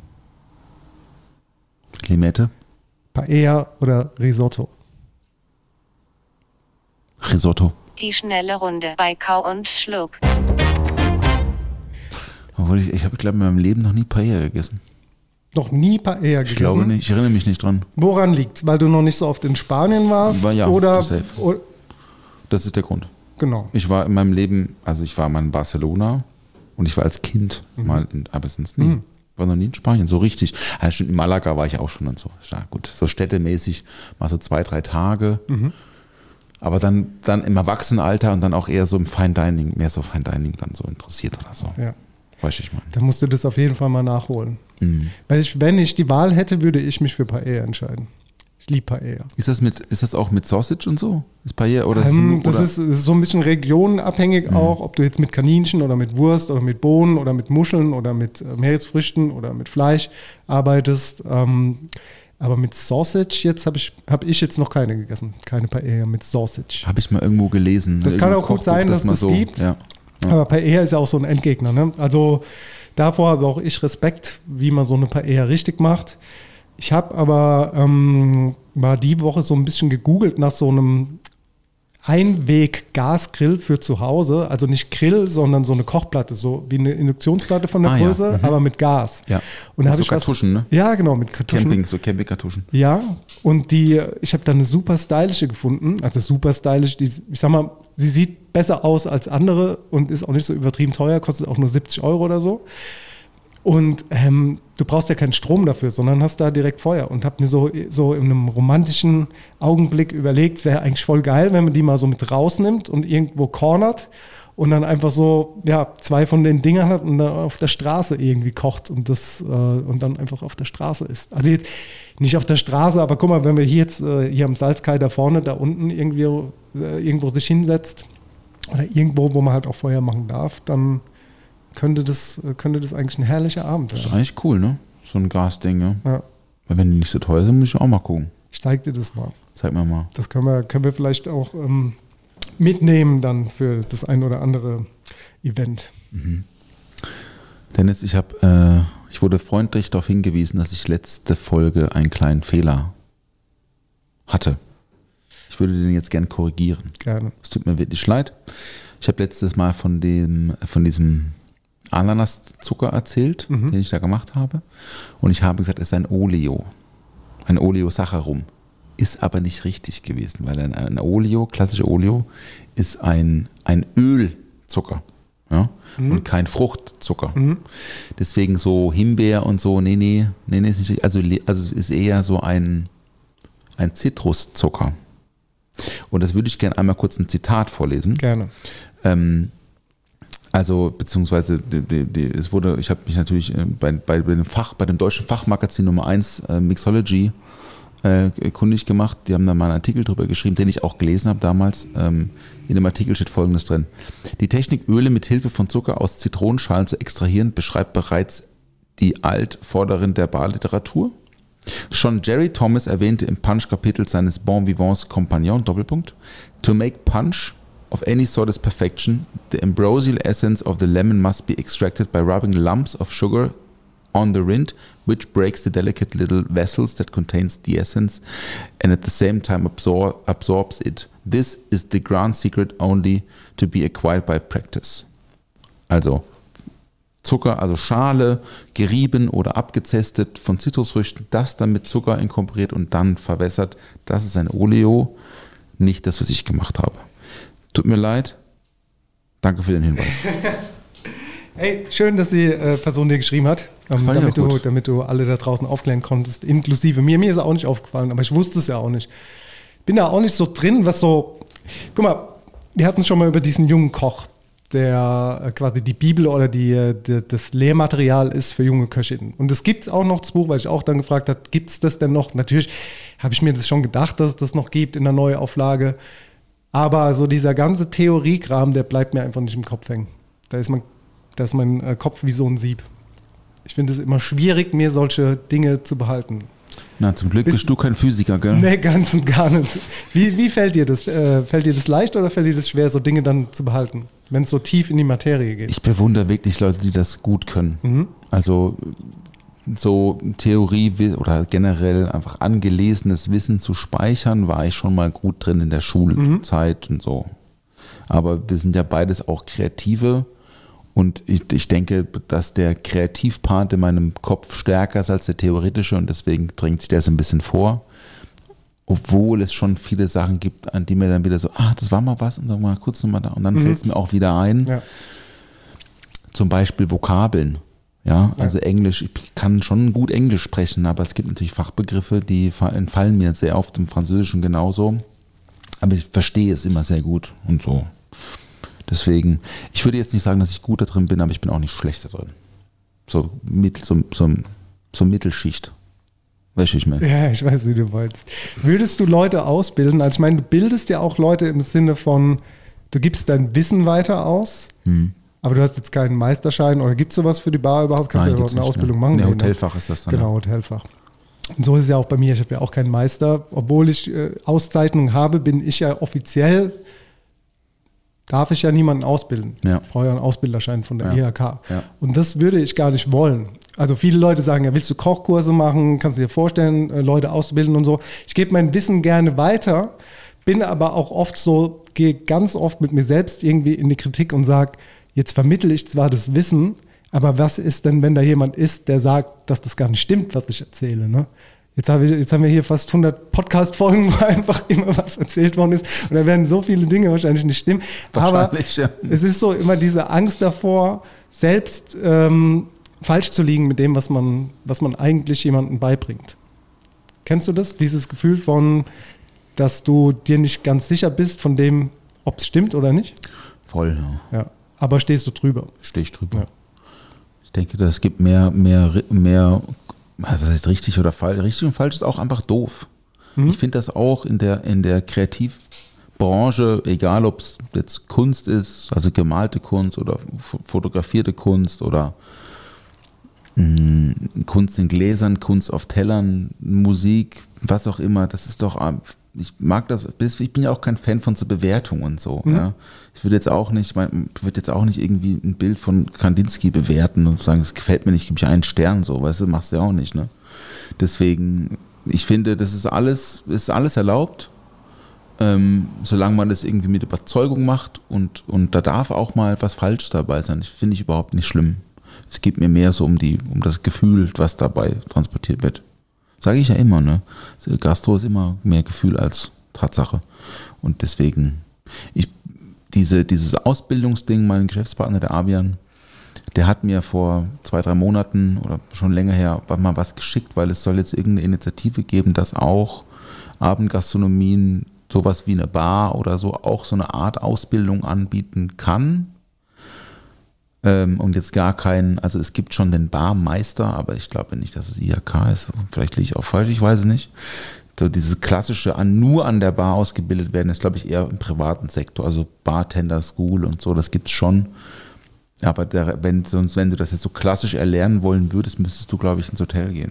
Limette. Paella oder Risotto? Risotto. Die schnelle Runde bei Kau und Schluck. Obwohl ich, ich habe, glaube ich, in meinem Leben noch nie Paella gegessen. Noch nie Paella gegessen? Ich glaube nicht, ich erinnere mich nicht dran. Woran liegt's? Weil du noch nicht so oft in Spanien warst? War ja, oder, das, oder das ist der Grund. Genau. Ich war in meinem Leben, also ich war mal in Barcelona und ich war als Kind mhm. mal, in, aber sonst nie. Mhm. War noch nie in Spanien, so richtig. Also in Malaga war ich auch schon und so. Ja, gut, so städtemäßig, mal so zwei, drei Tage. Mhm. Aber dann, dann im Erwachsenenalter und dann auch eher so im Fine Dining, mehr so Fine Dining dann so interessiert oder so. Ja. Weiß ich mal. Dann musst du das auf jeden Fall mal nachholen. Mhm. Weil ich, wenn ich die Wahl hätte, würde ich mich für Paella entscheiden. Ich liebe Paella. Ist das, mit, ist das auch mit Sausage und so? Ist Paella oder ist ähm, es, Das ist, ist so ein bisschen regionenabhängig mhm. auch, ob du jetzt mit Kaninchen oder mit Wurst oder mit Bohnen oder mit Muscheln oder mit äh, Meeresfrüchten oder mit Fleisch arbeitest. Ähm, aber mit Sausage jetzt habe ich, hab ich jetzt noch keine gegessen. Keine Paella mit Sausage. Habe ich mal irgendwo gelesen. Das kann auch gut sein, dass es das so, gibt. Ja. Ja. Aber Paella ist ja auch so ein Endgegner. Ne? Also davor habe auch ich Respekt, wie man so eine Paella richtig macht. Ich habe aber ähm, mal die Woche so ein bisschen gegoogelt nach so einem Einweg-Gasgrill für zu Hause. Also nicht Grill, sondern so eine Kochplatte, so wie eine Induktionsplatte von der ah, Größe, ja. mhm. aber mit Gas. Ja. Und mit hab so ich Kartuschen, was, ne? Ja, genau, mit Kartuschen. Camping, so Camping-Kartuschen. Ja, und die, ich habe da eine super stylische gefunden. Also super stylisch, die, ich sag mal, sie sieht besser aus als andere und ist auch nicht so übertrieben teuer, kostet auch nur siebzig Euro oder so. Und ähm, du brauchst ja keinen Strom dafür, sondern hast da direkt Feuer. Und habe mir so, so in einem romantischen Augenblick überlegt, es wäre eigentlich voll geil, wenn man die mal so mit rausnimmt und irgendwo cornert und dann einfach so ja, zwei von den Dingern hat und dann auf der Straße irgendwie kocht und, das, äh, und dann einfach auf der Straße ist. Also jetzt nicht auf der Straße, aber guck mal, wenn wir hier jetzt äh, hier am Salzkai da vorne, da unten irgendwie äh, irgendwo sich hinsetzt oder irgendwo, wo man halt auch Feuer machen darf, dann könnte das, könnte das eigentlich ein herrlicher Abend werden. Das ist eigentlich cool, ne? So ein Gasding, ja. ja. Weil wenn die nicht so teuer sind, muss ich auch mal gucken. Ich zeig dir das mal. Zeig mir mal. Das können wir, können wir vielleicht auch ähm, mitnehmen dann für das ein oder andere Event. Mhm. Dennis, ich habe, äh, ich wurde freundlich darauf hingewiesen, dass ich letzte Folge einen kleinen Fehler hatte. Ich würde den jetzt gern korrigieren. Gerne. Es tut mir wirklich leid. Ich habe letztes Mal von dem, von diesem Ananaszucker erzählt, mhm. den ich da gemacht habe. Und ich habe gesagt, es ist ein Oleo. Ein Oleosaccharum. Ist aber nicht richtig gewesen, weil ein, ein Oleo, klassische Oleo, ist ein, ein Ölzucker. Ja? Mhm. Und kein Fruchtzucker. Mhm. Deswegen so Himbeer und so, nee, nee, nee, nee ist nicht richtig. Also, also es ist eher so ein, ein Zitruszucker. Und das würde ich gerne einmal kurz ein Zitat vorlesen. Gerne. Ähm, also, beziehungsweise, die, die, die, es wurde, ich habe mich natürlich bei, bei, dem Fach, bei dem deutschen Fachmagazin Nummer eins, äh, Mixology, äh, kundig gemacht. Die haben da mal einen Artikel drüber geschrieben, den ich auch gelesen habe damals. Ähm, in dem Artikel steht Folgendes drin. Die Technik, Öle mit Hilfe von Zucker aus Zitronenschalen zu extrahieren, beschreibt bereits die Altvorderin der Barliteratur. Schon Jerry Thomas erwähnte im Punch-Kapitel seines Bon Vivants Compagnon, Doppelpunkt, to make punch of any sort is perfection, the ambrosial essence of the lemon must be extracted by rubbing lumps of sugar on the rind, which breaks the delicate little vessels that contains the essence and at the same time absor- absorbs it. This is the grand secret only to be acquired by practice. Also Zucker, also Schale, gerieben oder abgezestet von Zitrusfrüchten, das dann mit Zucker inkorporiert und dann verwässert. Das ist ein Oleo, nicht das, was ich gemacht habe. Tut mir leid. Danke für den Hinweis. Hey, schön, dass die äh, Person dir geschrieben hat, ähm, damit, du, damit du alle da draußen aufklären konntest, inklusive mir. Mir ist es auch nicht aufgefallen, aber ich wusste es ja auch nicht. Bin da auch nicht so drin, was so... Guck mal, wir hatten es schon mal über diesen jungen Koch, der äh, quasi die Bibel oder die, die, das Lehrmaterial ist für junge Köchinnen. Und es gibt auch noch das Buch, weil ich auch dann gefragt habe, gibt es das denn noch? Natürlich habe ich mir das schon gedacht, dass es das noch gibt in der Neuauflage. Aber so dieser ganze Theoriekram, der bleibt mir einfach nicht im Kopf hängen. Da ist, man, da ist mein äh, Kopf wie so ein Sieb. Ich finde es immer schwierig, mir solche Dinge zu behalten. Na, zum Glück bist, bist du kein Physiker, gell? Nee, ganz und gar nicht. Wie, wie fällt dir das? Äh, fällt dir das leicht oder fällt dir das schwer, so Dinge dann zu behalten, wenn es so tief in die Materie geht? Ich bewundere wirklich Leute, die das gut können. Mhm. Also so Theorie oder generell einfach angelesenes Wissen zu speichern, war ich schon mal gut drin in der Schulzeit mhm. und so. Aber wir sind ja beides auch Kreative. Und ich, ich denke, dass der Kreativpart in meinem Kopf stärker ist als der theoretische und deswegen drängt sich der so ein bisschen vor. Obwohl es schon viele Sachen gibt, an die mir dann wieder so, ah, das war mal was und dann mal kurz nochmal da und dann mhm. fällt es mir auch wieder ein. Ja. Zum Beispiel Vokabeln. Ja, also ja. Englisch, ich kann schon gut Englisch sprechen, aber es gibt natürlich Fachbegriffe, die entfallen mir sehr oft im Französischen genauso. Aber ich verstehe es immer sehr gut und so. Deswegen, ich würde jetzt nicht sagen, dass ich gut da drin bin, aber ich bin auch nicht schlecht da drin. So, mit, so, so, so Mittelschicht. Weißt du, ich meine? Ja, ich weiß, wie du meinst. Würdest du Leute ausbilden? Also ich meine, du bildest ja auch Leute im Sinne von, du gibst dein Wissen weiter aus, hm. aber du hast jetzt keinen Meisterschein oder gibt es sowas für die Bar überhaupt? Kannst Nein, du überhaupt eine nicht, Ausbildung ne? machen? Nee, Hotelfach ist das dann. Genau, ja. Hotelfach. Und so ist es ja auch bei mir. Ich habe ja auch keinen Meister. Obwohl ich äh, Auszeichnungen habe, bin ich ja offiziell... darf ich ja niemanden ausbilden. Ja. Ich brauche ja einen Ausbilderschein von der ja. I H K. Ja. Und das würde ich gar nicht wollen. Also viele Leute sagen, ja, willst du Kochkurse machen? Kannst du dir vorstellen, Leute auszubilden und so. Ich gebe mein Wissen gerne weiter, bin aber auch oft so, gehe ganz oft mit mir selbst irgendwie in die Kritik und sage, jetzt vermittle ich zwar das Wissen, aber was ist denn, wenn da jemand ist, der sagt, dass das gar nicht stimmt, was ich erzähle, ne? Jetzt, habe ich, jetzt haben wir hier fast hundert Podcast-Folgen, wo einfach immer was erzählt worden ist. Und da werden so viele Dinge wahrscheinlich nicht stimmen. Aber ja. Es ist so immer diese Angst davor, selbst ähm, falsch zu liegen mit dem, was man, was man eigentlich jemandem beibringt. Kennst du das? Dieses Gefühl von, dass du dir nicht ganz sicher bist von dem, ob es stimmt oder nicht? Voll, ja. ja. Aber stehst du drüber? Stehe ich drüber. Ja. Ich denke, es gibt mehr, mehr, mehr... Was heißt richtig oder falsch? Richtig und falsch ist auch einfach doof. Mhm. Ich finde das auch in der, in der Kreativbranche, egal ob es jetzt Kunst ist, also gemalte Kunst oder fotografierte Kunst oder mh, Kunst in Gläsern, Kunst auf Tellern, Musik, was auch immer, das ist doch, ich mag das, ich bin ja auch kein Fan von so Bewertungen und so. Mhm. Ja. Ich würde jetzt auch nicht, ich würde jetzt auch nicht irgendwie ein Bild von Kandinsky bewerten und sagen, es gefällt mir nicht, gebe ich einen Stern, so, weißt du, machst du ja auch nicht, ne? Deswegen, ich finde, das ist alles, ist alles erlaubt, ähm, solange man das irgendwie mit Überzeugung macht und, und da darf auch mal was falsch dabei sein. Das finde ich überhaupt nicht schlimm. Es geht mir mehr so um die, um das Gefühl, was dabei transportiert wird. Sage ich ja immer, ne? Gastro ist immer mehr Gefühl als Tatsache. Und deswegen, ich, diese, dieses Ausbildungsding, mein Geschäftspartner, der Avian, der hat mir vor zwei, drei Monaten oder schon länger her mal was geschickt, weil es soll jetzt irgendeine Initiative geben, dass auch Abendgastronomien sowas wie eine Bar oder so auch so eine Art Ausbildung anbieten kann. Und jetzt gar keinen, also es gibt schon den Barmeister, aber ich glaube nicht, dass es I H K ist. Vielleicht liege ich auch falsch, ich weiß es nicht. So dieses klassische an, nur an der Bar ausgebildet werden, ist glaube ich eher im privaten Sektor, also Bartender School und so, das gibt es schon. Aber der, wenn, sonst, wenn du das jetzt so klassisch erlernen wollen würdest, müsstest du, glaube ich, ins Hotel gehen.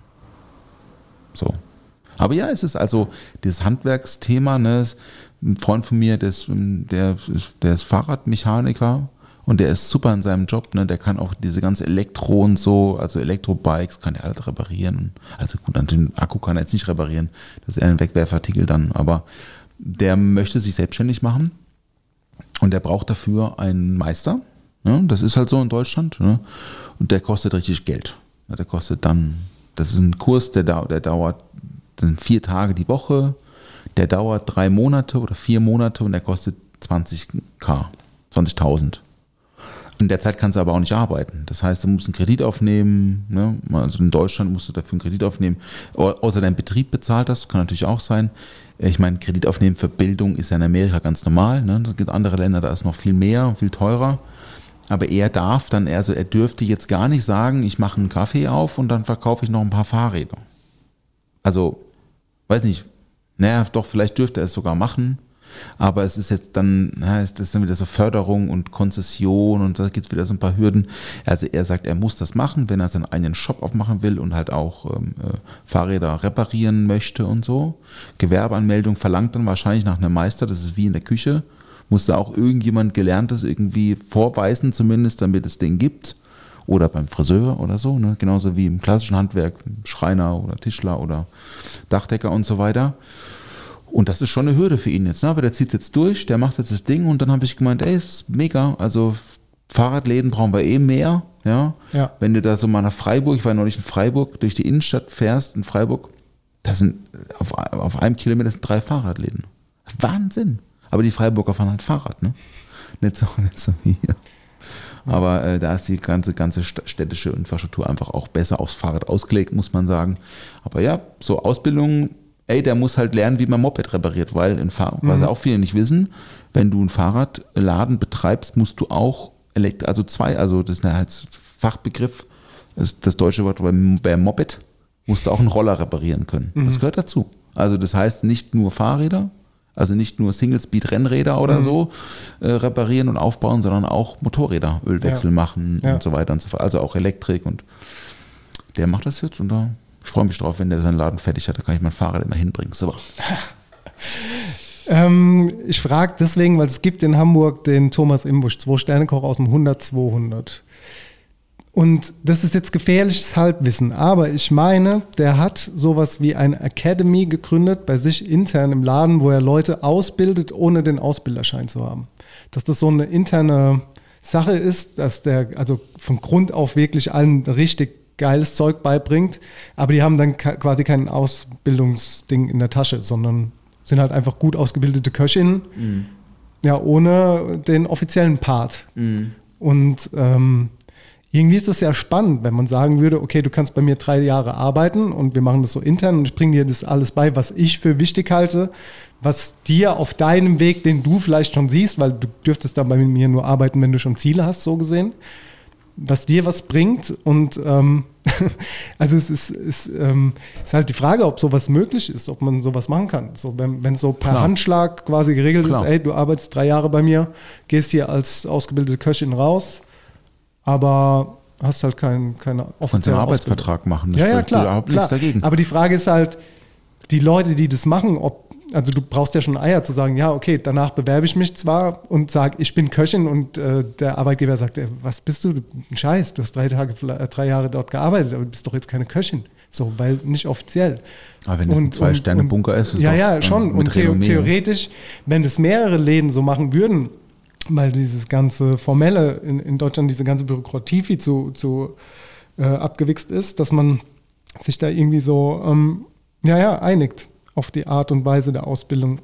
So. Aber ja, es ist also dieses Handwerksthema, ne, ein Freund von mir, der ist, der ist, der ist Fahrradmechaniker. Und der ist super in seinem Job, ne? Der kann auch diese ganze Elektro und so, also Elektrobikes kann er halt reparieren. Also gut, an den Akku kann er jetzt nicht reparieren, das ist eher ein Wegwerfartikel dann, aber der möchte sich selbstständig machen und der braucht dafür einen Meister. Ja, das ist halt so in Deutschland. Ne? Und der kostet richtig Geld. Ja, der kostet dann, das ist ein Kurs, der, dau- der dauert dann vier Tage die Woche, der dauert drei Monate oder vier Monate und der kostet zwanzigtausend, zwanzigtausend. In der Zeit kannst du aber auch nicht arbeiten. Das heißt, du musst einen Kredit aufnehmen. Ne? Also in Deutschland musst du dafür einen Kredit aufnehmen. Au- Außer dein Betrieb bezahlt das, kann natürlich auch sein. Ich meine, Kredit aufnehmen für Bildung ist ja in Amerika ganz normal. Ne? Es gibt andere Länder, da ist noch viel mehr und viel teurer. Aber er darf dann, also er dürfte jetzt gar nicht sagen, ich mache einen Kaffee auf und dann verkaufe ich noch ein paar Fahrräder. Also, weiß nicht, naja, doch, vielleicht dürfte er es sogar machen. Aber es ist jetzt dann, na, ist das dann wieder so Förderung und Konzession und da gibt es wieder so ein paar Hürden. Also er sagt, er muss das machen, wenn er seinen eigenen Shop aufmachen will und halt auch ähm, äh, Fahrräder reparieren möchte und so. Gewerbeanmeldung verlangt dann wahrscheinlich nach einem Meister, das ist wie in der Küche. Muss da auch irgendjemand Gelerntes irgendwie vorweisen zumindest, damit es den gibt. Oder beim Friseur oder so, ne? Genauso wie im klassischen Handwerk, Schreiner oder Tischler oder Dachdecker und so weiter. Und das ist schon eine Hürde für ihn jetzt, ne? Aber der zieht es jetzt durch, der macht jetzt das Ding und dann habe ich gemeint, ey, ist mega, also Fahrradläden brauchen wir eh mehr, ja? Ja. Wenn du da so mal nach Freiburg, ich war neulich in Freiburg, durch die Innenstadt fährst in Freiburg, das sind auf, auf einem Kilometer sind drei Fahrradläden. Wahnsinn. Aber die Freiburger fahren halt Fahrrad, ne? Nicht so, nicht so wie hier. Aber äh, da ist die ganze, ganze städtische Infrastruktur einfach auch besser aufs Fahrrad ausgelegt, muss man sagen. Aber ja, so Ausbildung, ey, der muss halt lernen, wie man Moped repariert, weil, in Fahr- mhm. was auch viele nicht wissen, wenn du einen Fahrradladen betreibst, musst du auch, Elekt- also zwei, also das ist halt Fachbegriff, das, ist das deutsche Wort wäre Moped, musst du auch einen Roller reparieren können. Mhm. Das gehört dazu. Also das heißt nicht nur Fahrräder, also nicht nur Single-Speed-Rennräder oder mhm. so äh, reparieren und aufbauen, sondern auch Motorräder, Ölwechsel ja. machen ja. und so weiter und so fort. Also auch Elektrik und der macht das jetzt und da, ich freue mich drauf, wenn der seinen Laden fertig hat, da kann ich mein Fahrrad immer hinbringen. Super. ähm, ich frage deswegen, weil es gibt in Hamburg den Thomas Imbusch, Zwei-Sterne-Koch aus dem hundert zweihundert. Und das ist jetzt gefährliches Halbwissen, aber ich meine, der hat sowas wie eine Academy gegründet bei sich intern im Laden, wo er Leute ausbildet, ohne den Ausbilderschein zu haben. Dass das so eine interne Sache ist, dass der also von Grund auf wirklich allen richtig geiles Zeug beibringt, aber die haben dann quasi kein Ausbildungsding in der Tasche, sondern sind halt einfach gut ausgebildete Köchinnen, mhm. ja, ohne den offiziellen Part. Mhm. Und ähm, irgendwie ist es ja spannend, wenn man sagen würde, okay, du kannst bei mir drei Jahre arbeiten und wir machen das so intern und ich bringe dir das alles bei, was ich für wichtig halte, was dir auf deinem Weg, den du vielleicht schon siehst, weil du dürftest dann bei mir nur arbeiten, wenn du schon Ziele hast, so gesehen, was dir was bringt und ähm, also es ist, ist, ähm, ist halt die Frage, ob sowas möglich ist, ob man sowas machen kann. So, wenn wenn so per Klar. Handschlag quasi geregelt Klar. ist, ey, du arbeitest drei Jahre bei mir, gehst hier als ausgebildete Köchin raus, aber hast halt keinen keine Kannst offiziellen einen Arbeitsvertrag machen, das ja, ja, spricht klar, überhaupt klar. nichts dagegen. Aber die Frage ist halt, die Leute, die das machen, ob, also du brauchst ja schon Eier zu sagen, ja, okay, danach bewerbe ich mich zwar und sage, ich bin Köchin und äh, der Arbeitgeber sagt, ey, was bist du, ein Scheiß, du hast drei Tage, äh, drei Jahre dort gearbeitet, aber du bist doch jetzt keine Köchin. So, weil nicht offiziell. Aber wenn das ein Zwei-Sterne-Bunker ist, ist ja, doch, ja, schon. mit Und theo- Renommee. theoretisch, wenn das mehrere Läden so machen würden, weil dieses ganze Formelle in, in Deutschland, diese ganze Bürokratie viel zu, zu äh, abgewichst ist, dass man sich da irgendwie so, ähm, ja, ja, einigt auf die Art und Weise der Ausbildung.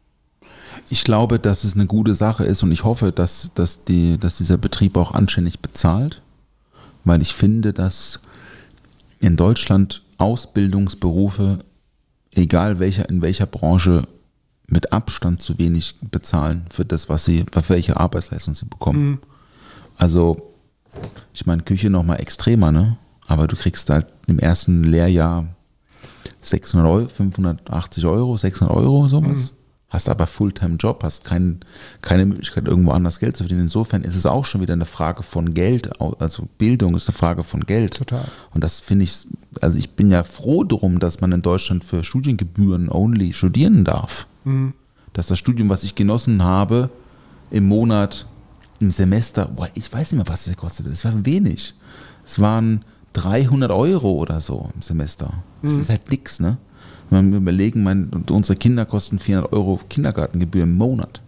Ich glaube, dass es eine gute Sache ist und ich hoffe, dass, dass, die, dass dieser Betrieb auch anständig bezahlt, weil ich finde, dass in Deutschland Ausbildungsberufe, egal welcher, in welcher Branche, mit Abstand zu wenig bezahlen für das, was sie, für welche Arbeitsleistung sie bekommen. Mhm. Also, ich meine, Küche nochmal extremer, ne? Aber du kriegst halt im ersten Lehrjahr sechshundert Euro, fünfhundertachtzig Euro, sechshundert Euro, sowas. Mhm. Hast aber Fulltime-Job, hast kein, keine Möglichkeit, irgendwo anders Geld zu verdienen. Insofern ist es auch schon wieder eine Frage von Geld. Also Bildung ist eine Frage von Geld. Total. Und das finde ich, also ich bin ja froh drum, dass man in Deutschland für Studiengebühren only studieren darf. Mhm. Dass das Studium, was ich genossen habe, im Monat, im Semester, boah, ich weiß nicht mehr, was es kostet. Es war wenig. Es waren dreihundert Euro oder so im Semester. Das mhm. ist halt nix, ne? Wenn wir überlegen, mein, unsere Kinder kosten vierhundert Euro Kindergartengebühr im Monat.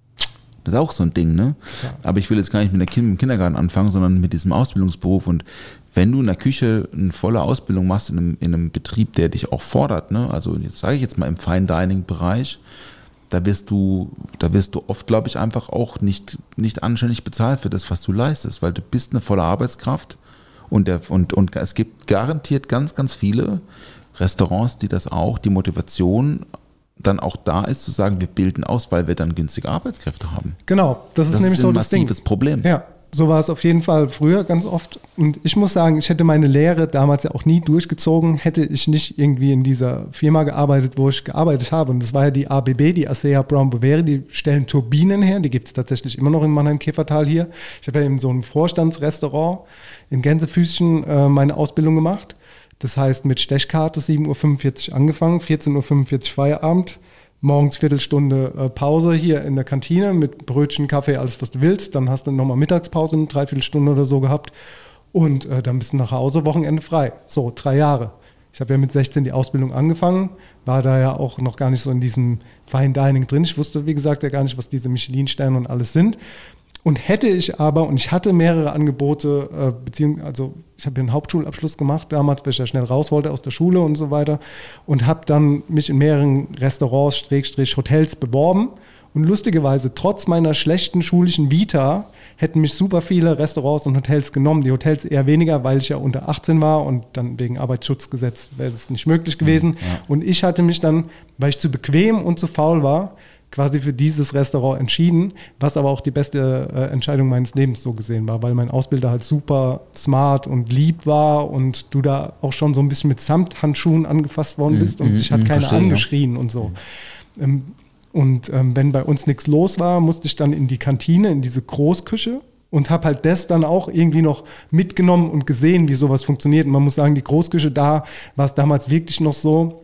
Das ist auch so ein Ding, ne? Ja. Aber ich will jetzt gar nicht mit der kind, dem Kindergarten anfangen, sondern mit diesem Ausbildungsberuf. Und wenn du in der Küche eine volle Ausbildung machst in einem, in einem Betrieb, der dich auch fordert, ne? Also jetzt sage ich jetzt mal im Fine Dining Bereich, da wirst du, da wirst du oft, glaube ich, einfach auch nicht, nicht anständig bezahlt für das, was du leistest, weil du bist eine volle Arbeitskraft und, der, und, und es gibt garantiert ganz, ganz viele Restaurants, die das auch, die Motivation dann auch da ist, zu sagen, wir bilden aus, weil wir dann günstige Arbeitskräfte haben. Genau, das ist das nämlich ist so ein das Ding. massives Problem. Ja, so war es auf jeden Fall früher ganz oft. Und ich muss sagen, ich hätte meine Lehre damals ja auch nie durchgezogen, hätte ich nicht irgendwie in dieser Firma gearbeitet, wo ich gearbeitet habe. Und das war ja die A B B, die Asea Brown Boveri, die stellen Turbinen her, die gibt es tatsächlich immer noch in Mannheim-Käfertal hier. Ich habe ja in so einem Vorstandsrestaurant in Gänsefüßchen äh, meine Ausbildung gemacht. Das heißt, mit Stechkarte sieben Uhr fünfundvierzig angefangen, vierzehn Uhr fünfundvierzig Feierabend, morgens Viertelstunde äh, Pause hier in der Kantine mit Brötchen, Kaffee, alles was du willst. Dann hast du nochmal Mittagspause, eine Dreiviertelstunde oder so gehabt und äh, dann bist du nach Hause, Wochenende frei. So, drei Jahre. Ich habe ja mit sechzehn die Ausbildung angefangen, war da ja auch noch gar nicht so in diesem Fine Dining drin. Ich wusste, wie gesagt, ja gar nicht, was diese Michelin-Sterne und alles sind. Und hätte ich aber, und ich hatte mehrere Angebote, äh, beziehungsweise, also ich habe hier einen Hauptschulabschluss gemacht, damals, weil ich ja schnell raus wollte aus der Schule und so weiter, und habe dann mich in mehreren Restaurants, Schrägstrich, Hotels beworben. Und lustigerweise, trotz meiner schlechten schulischen Vita, hätten mich super viele Restaurants und Hotels genommen. Die Hotels eher weniger, weil ich ja unter achtzehn war und dann wegen Arbeitsschutzgesetz wäre das nicht möglich gewesen. Ja. Und ich hatte mich dann, weil ich zu bequem und zu faul war, quasi für dieses Restaurant entschieden, was aber auch die beste äh, Entscheidung meines Lebens so gesehen war, weil mein Ausbilder halt super smart und lieb war und du da auch schon so ein bisschen mit Samthandschuhen angefasst worden bist mm, und mm, dich hat mm, keiner verstehe, angeschrien ja. und so. Mm. Ähm, und ähm, wenn bei uns nichts los war, musste ich dann in die Kantine, in diese Großküche und habe halt das dann auch irgendwie noch mitgenommen und gesehen, wie sowas funktioniert. Und man muss sagen, die Großküche, da war es damals wirklich noch so.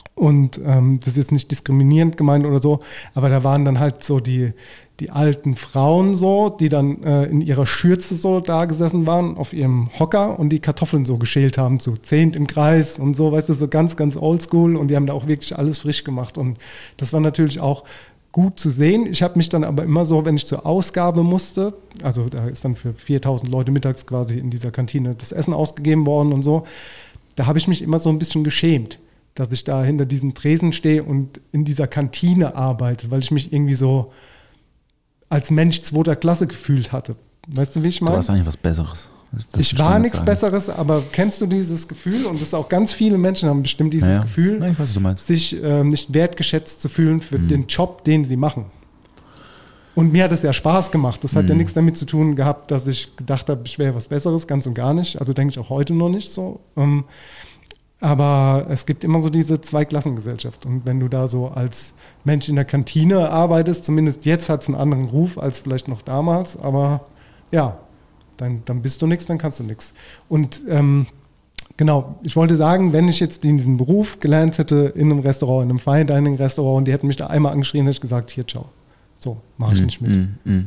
Und ähm, das ist jetzt nicht diskriminierend gemeint oder so, aber da waren dann halt so die, die alten Frauen so, die dann äh, in ihrer Schürze so da gesessen waren, auf ihrem Hocker und die Kartoffeln so geschält haben, so zehnt im Kreis und so, weißt du, so ganz, ganz oldschool und die haben da auch wirklich alles frisch gemacht und das war natürlich auch gut zu sehen. Ich habe mich dann aber immer so, wenn ich zur Ausgabe musste, also da ist dann für viertausend Leute mittags quasi in dieser Kantine das Essen ausgegeben worden und so, da habe ich mich immer so ein bisschen geschämt, dass ich da hinter diesem Tresen stehe und in dieser Kantine arbeite, weil ich mich irgendwie so als Mensch zweiter Klasse gefühlt hatte. Weißt du, wie ich meine? Du warst eigentlich was Besseres. Das ich war nichts sagen. Besseres, aber kennst du dieses Gefühl? Und das ist auch ganz viele Menschen haben bestimmt dieses naja. Gefühl, ja, ich weiß, was du meinst. sich äh, nicht wertgeschätzt zu fühlen für mhm. den Job, den sie machen. Und mir hat es ja Spaß gemacht. Das hat mhm. ja nichts damit zu tun gehabt, dass ich gedacht habe, ich wäre was Besseres, ganz und gar nicht. Also denke ich auch heute noch nicht so. Ähm, Aber es gibt immer so diese Zweiklassengesellschaft. Und wenn du da so als Mensch in der Kantine arbeitest, zumindest jetzt hat es einen anderen Ruf als vielleicht noch damals, aber ja, dann, dann bist du nichts, dann kannst du nichts. Und ähm, genau, ich wollte sagen, wenn ich jetzt diesen Beruf gelernt hätte in einem Restaurant, in einem Fine Dining Restaurant und die hätten mich da einmal angeschrien, hätte ich gesagt, hier, ciao. So, mache ich mm, nicht mit. Mm, mm.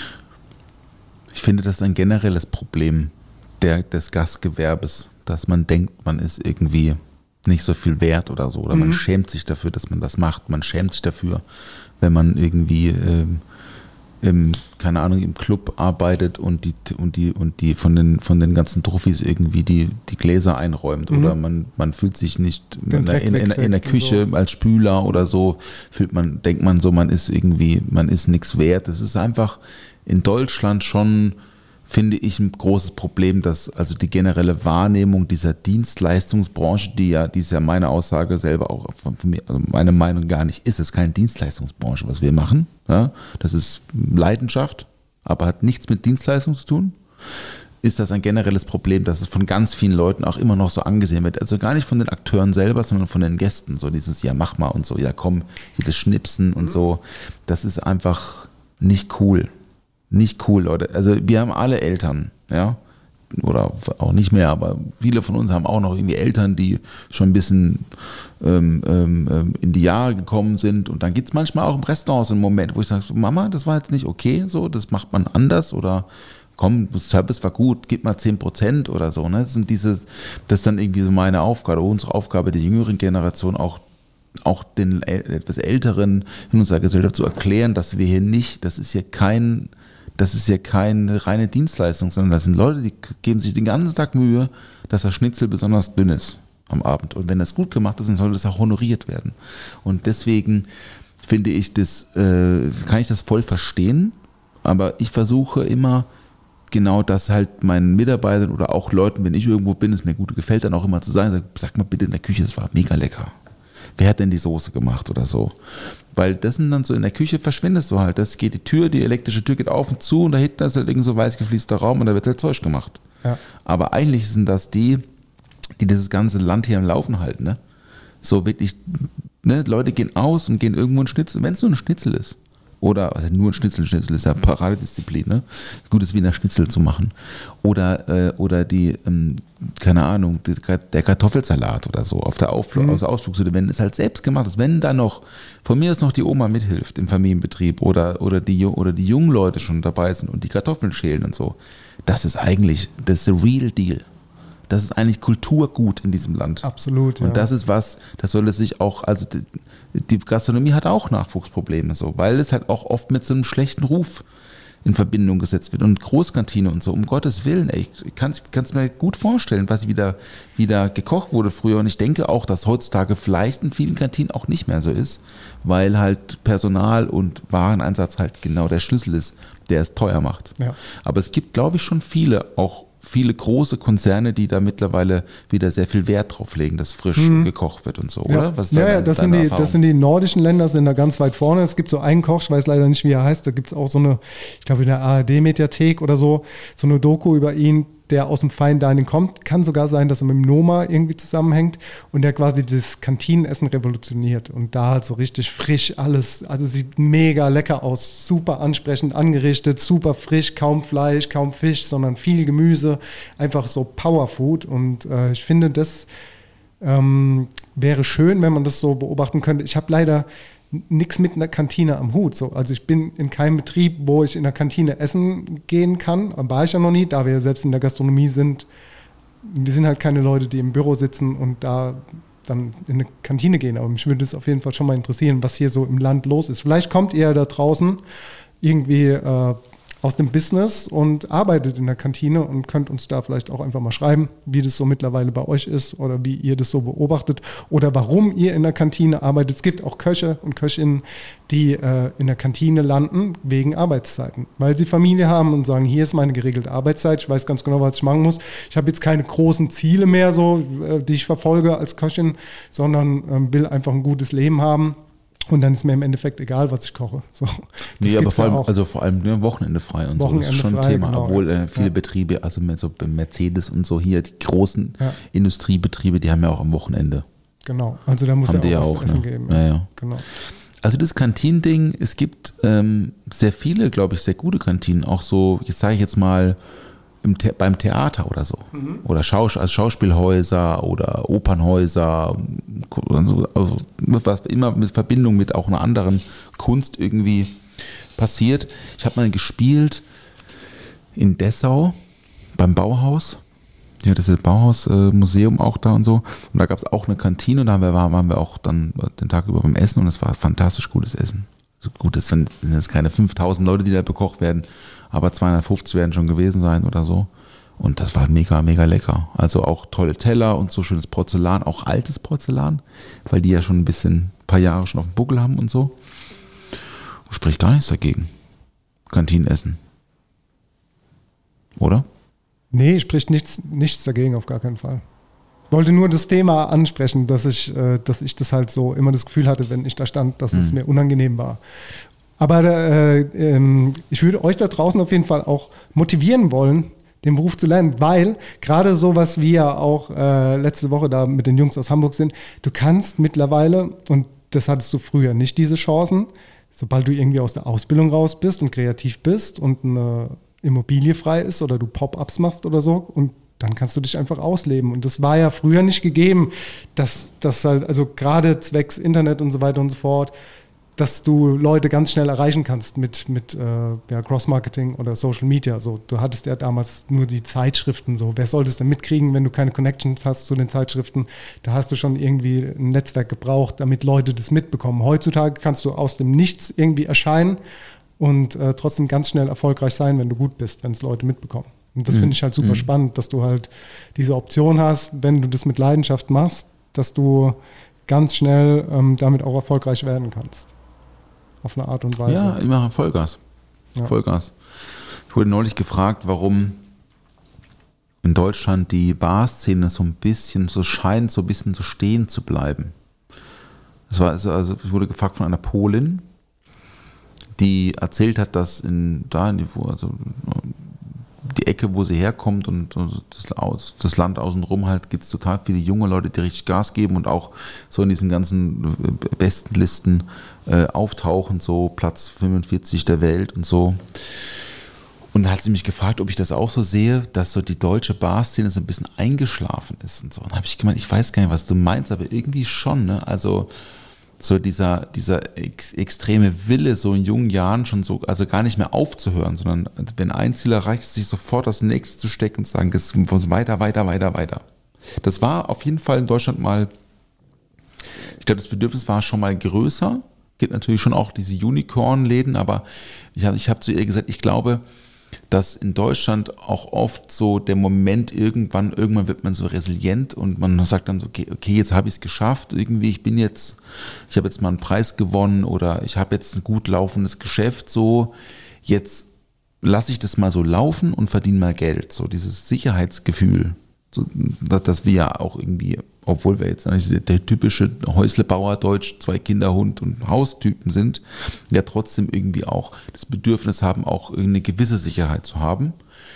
Ich finde, das ist ein generelles Problem der, des Gastgewerbes, dass man denkt, man ist irgendwie nicht so viel wert oder so. Oder mhm. man schämt sich dafür, dass man das macht. Man schämt sich dafür, wenn man irgendwie ähm, im, keine Ahnung, im Club arbeitet und die und die und die von den von den ganzen Trophys irgendwie die, die Gläser einräumt. Mhm. Oder man, man fühlt sich nicht in, in, in, in der Küche so. Als Spüler oder so, fühlt man, denkt man so, man ist irgendwie, man ist nichts wert. Das ist einfach in Deutschland schon, finde ich, ein großes Problem, dass also die generelle Wahrnehmung dieser Dienstleistungsbranche, die ja, die ist ja meine Aussage selber auch von, von mir, also meine Meinung gar nicht ist, es ist keine Dienstleistungsbranche, was wir machen. Ja, das ist Leidenschaft, aber hat nichts mit Dienstleistung zu tun. Ist das ein generelles Problem, dass es von ganz vielen Leuten auch immer noch so angesehen wird. Also gar nicht von den Akteuren selber, sondern von den Gästen. So dieses, ja mach mal und so, ja komm, hier das Schnipsen und so. Das ist einfach nicht cool. Nicht cool, Leute. Also wir haben alle Eltern, ja, oder auch nicht mehr, aber viele von uns haben auch noch irgendwie Eltern, die schon ein bisschen ähm, ähm, in die Jahre gekommen sind. Und dann gibt es manchmal auch im Restaurant so einen Moment, wo ich sage, so, Mama, das war jetzt nicht okay, so, das macht man anders oder komm, Service war gut, gib mal zehn Prozent oder so. Ne? Das, sind dieses, das ist dann irgendwie so meine Aufgabe, unsere Aufgabe der jüngeren Generation, auch, auch den etwas Älteren in unserer Gesellschaft zu erklären, dass wir hier nicht, das ist hier kein, das ist hier keine reine Dienstleistung, sondern das sind Leute, die geben sich den ganzen Tag Mühe, dass das Schnitzel besonders dünn ist am Abend. Und wenn das gut gemacht ist, dann soll das auch honoriert werden. Und deswegen finde ich das, äh, kann ich das voll verstehen, aber ich versuche immer, genau das halt meinen Mitarbeitern oder auch Leuten, wenn ich irgendwo bin, es mir gut gefällt, dann auch immer zu sagen, sag, sag mal bitte in der Küche, es war mega lecker. Wer hat denn die Soße gemacht oder so? Weil das sind dann so, in der Küche verschwindest du halt. Das geht die Tür, die elektrische Tür geht auf und zu und da hinten ist halt irgend so weiß gefließter Raum und da wird halt Zeug gemacht. Ja. Aber eigentlich sind das die, die dieses ganze Land hier am Laufen halten. Ne? So wirklich, ne? Leute gehen aus und gehen irgendwo ein Schnitzel, wenn es nur ein Schnitzel ist. Oder, also nur ein Schnitzel, ein Schnitzel ist ja Paradedisziplin, ne? Gutes Wiener Schnitzel zu machen. Oder, äh, oder die, ähm, keine Ahnung, die, der Kartoffelsalat oder so auf der, Auffl- mhm. aus der Ausflugshütte, wenn es halt selbst gemacht ist, wenn dann noch, von mir ist noch die Oma mithilft im Familienbetrieb oder, oder, die, oder die jungen Leute schon dabei sind und die Kartoffeln schälen und so. Das ist eigentlich, das ist the real deal. Das ist eigentlich Kulturgut in diesem Land. Absolut, ja. Und das ist was, das soll es sich auch, also die, die Gastronomie hat auch Nachwuchsprobleme, so, weil es halt auch oft mit so einem schlechten Ruf in Verbindung gesetzt wird. Und Großkantine und so, um Gottes Willen, ey, ich kann es mir gut vorstellen, was wieder, wieder gekocht wurde früher. Und ich denke auch, dass heutzutage vielleicht in vielen Kantinen auch nicht mehr so ist, weil halt Personal und Wareneinsatz halt genau der Schlüssel ist, der es teuer macht. Ja. Aber es gibt, glaube ich, schon viele, auch viele große Konzerne, die da mittlerweile wieder sehr viel Wert drauf legen, dass frisch mhm. gekocht wird und so, ja. oder? Was ist ja, deine, ja das, sind die, das sind die nordischen Länder, sind da ganz weit vorne. Es gibt so einen Koch, ich weiß leider nicht, wie er heißt, da gibt es auch so eine, ich glaube in der A R D-Mediathek oder so, so eine Doku über ihn, der aus dem Fine Dining kommt. Kann sogar sein, dass er mit dem Noma irgendwie zusammenhängt und der quasi das Kantinenessen revolutioniert und da halt so richtig frisch alles, also sieht mega lecker aus, super ansprechend angerichtet, super frisch, kaum Fleisch, kaum Fisch, sondern viel Gemüse, einfach so Powerfood und äh, ich finde, das ähm, wäre schön, wenn man das so beobachten könnte. Ich habe leider nichts mit einer Kantine am Hut. So. Also ich bin in keinem Betrieb, wo ich in der Kantine essen gehen kann. War ich ja noch nie, da wir ja selbst in der Gastronomie sind. Wir sind halt keine Leute, die im Büro sitzen und da dann in eine Kantine gehen. Aber mich würde es auf jeden Fall schon mal interessieren, was hier so im Land los ist. Vielleicht kommt ihr da draußen irgendwie äh, aus dem Business und arbeitet in der Kantine und könnt uns da vielleicht auch einfach mal schreiben, wie das so mittlerweile bei euch ist oder wie ihr das so beobachtet oder warum ihr in der Kantine arbeitet. Es gibt auch Köche und Köchinnen, die äh, in der Kantine landen wegen Arbeitszeiten, weil sie Familie haben und sagen, hier ist meine geregelte Arbeitszeit, ich weiß ganz genau, was ich machen muss. Ich habe jetzt keine großen Ziele mehr, so, äh, die ich verfolge als Köchin, sondern äh, will einfach ein gutes Leben haben. Und dann ist mir im Endeffekt egal, was ich koche. So, nee, aber vor allem, ja also vor allem ne, Wochenende frei und Wochenende so, das ist schon frei, ein Thema. Genau, Obwohl äh, viele ja. Betriebe, also mit so Mercedes und so hier, die großen ja. Industriebetriebe, die haben ja auch am Wochenende. Genau, also da muss haben ja die auch ja was auch, zu essen ne? geben. Ja, ja. Genau. Also das Kantinen-Ding, es gibt ähm, sehr viele, glaube ich, sehr gute Kantinen. Auch so, jetzt sage ich jetzt mal, Im The- beim Theater oder so. Mhm. Oder Schaus- also Schauspielhäuser oder Opernhäuser. Also was immer mit Verbindung mit auch einer anderen Kunst irgendwie passiert. Ich habe mal gespielt in Dessau beim Bauhaus. Ja, das ist das Bauhausmuseum äh, auch da und so. Und da gab es auch eine Kantine und da waren, waren wir auch dann den Tag über beim Essen und es war fantastisch gutes Essen. Also gut, es sind jetzt keine fünftausend Leute, die da bekocht werden, aber zweihundertfünfzig werden schon gewesen sein oder so. Und das war mega, mega lecker. Also auch tolle Teller und so schönes Porzellan, auch altes Porzellan, weil die ja schon ein bisschen, ein paar Jahre schon auf dem Buckel haben und so. Spricht gar nichts dagegen. Kantinenessen. Oder? Nee, spricht nichts, nichts dagegen, auf gar keinen Fall. Ich wollte nur das Thema ansprechen, dass ich, äh, dass ich das halt so immer das Gefühl hatte, wenn ich da stand, dass mhm. es mir unangenehm war. Aber äh, ähm, ich würde euch da draußen auf jeden Fall auch motivieren wollen, den Beruf zu lernen, weil gerade sowas wie ja auch äh, letzte Woche da mit den Jungs aus Hamburg sind, du kannst mittlerweile, und das hattest du früher nicht, diese Chancen, sobald du irgendwie aus der Ausbildung raus bist und kreativ bist und eine Immobilie frei ist oder du Pop-ups machst oder so und dann kannst du dich einfach ausleben. Und das war ja früher nicht gegeben, dass das halt, also gerade zwecks Internet und so weiter und so fort, dass du Leute ganz schnell erreichen kannst mit, mit äh, ja, Cross-Marketing oder Social Media. So, du hattest ja damals nur die Zeitschriften. So. Wer soll das denn mitkriegen, wenn du keine Connections hast zu den Zeitschriften? Da hast du schon irgendwie ein Netzwerk gebraucht, damit Leute das mitbekommen. Heutzutage kannst du aus dem Nichts irgendwie erscheinen und äh, trotzdem ganz schnell erfolgreich sein, wenn du gut bist, wenn es Leute mitbekommen. Und das mhm. finde ich halt super mhm. spannend, dass du halt diese Option hast, wenn du das mit Leidenschaft machst, dass du ganz schnell ähm, damit auch erfolgreich werden kannst. Auf eine Art und Weise. Ja, immer Vollgas. Ja. Vollgas. Ich wurde neulich gefragt, warum in Deutschland die Bar-Szene so ein bisschen, so scheint, so ein bisschen so stehen zu bleiben. Das war also, ich wurde gefragt von einer Polin, die erzählt hat, dass in da in die, also die Ecke, wo sie herkommt und das, das Land außenrum halt, gibt es total viele junge Leute, die richtig Gas geben und auch so in diesen ganzen Bestenlisten äh, auftauchen, so Platz fünfundvierzig der Welt und so. Und da hat sie mich gefragt, ob ich das auch so sehe, dass so die deutsche Bar-Szene so ein bisschen eingeschlafen ist und so. Und dann habe ich gemeint, ich weiß gar nicht, was du meinst, aber irgendwie schon, ne? Also so dieser, dieser ex, extreme Wille, so in jungen Jahren schon so, also gar nicht mehr aufzuhören, sondern wenn ein Ziel erreicht ist, sich sofort das nächste zu stecken und zu sagen, das muss weiter, weiter, weiter, weiter. Das war auf jeden Fall in Deutschland mal, ich glaube, das Bedürfnis war schon mal größer. Gibt natürlich schon auch diese Unicorn-Läden, aber ich habe ich hab zu ihr gesagt, ich glaube, dass in Deutschland auch oft so der Moment irgendwann, irgendwann wird man so resilient und man sagt dann so, okay, okay jetzt habe ich es geschafft, irgendwie, ich bin jetzt, ich habe jetzt mal einen Preis gewonnen oder ich habe jetzt ein gut laufendes Geschäft, so, jetzt lasse ich das mal so laufen und verdiene mal Geld, so dieses Sicherheitsgefühl, so, dass wir ja auch irgendwie, obwohl wir jetzt eigentlich der typische Häuslebauer, Deutsch, zwei Kinder, Hund und Haustypen sind, ja trotzdem irgendwie auch das Bedürfnis haben, auch eine gewisse Sicherheit zu haben.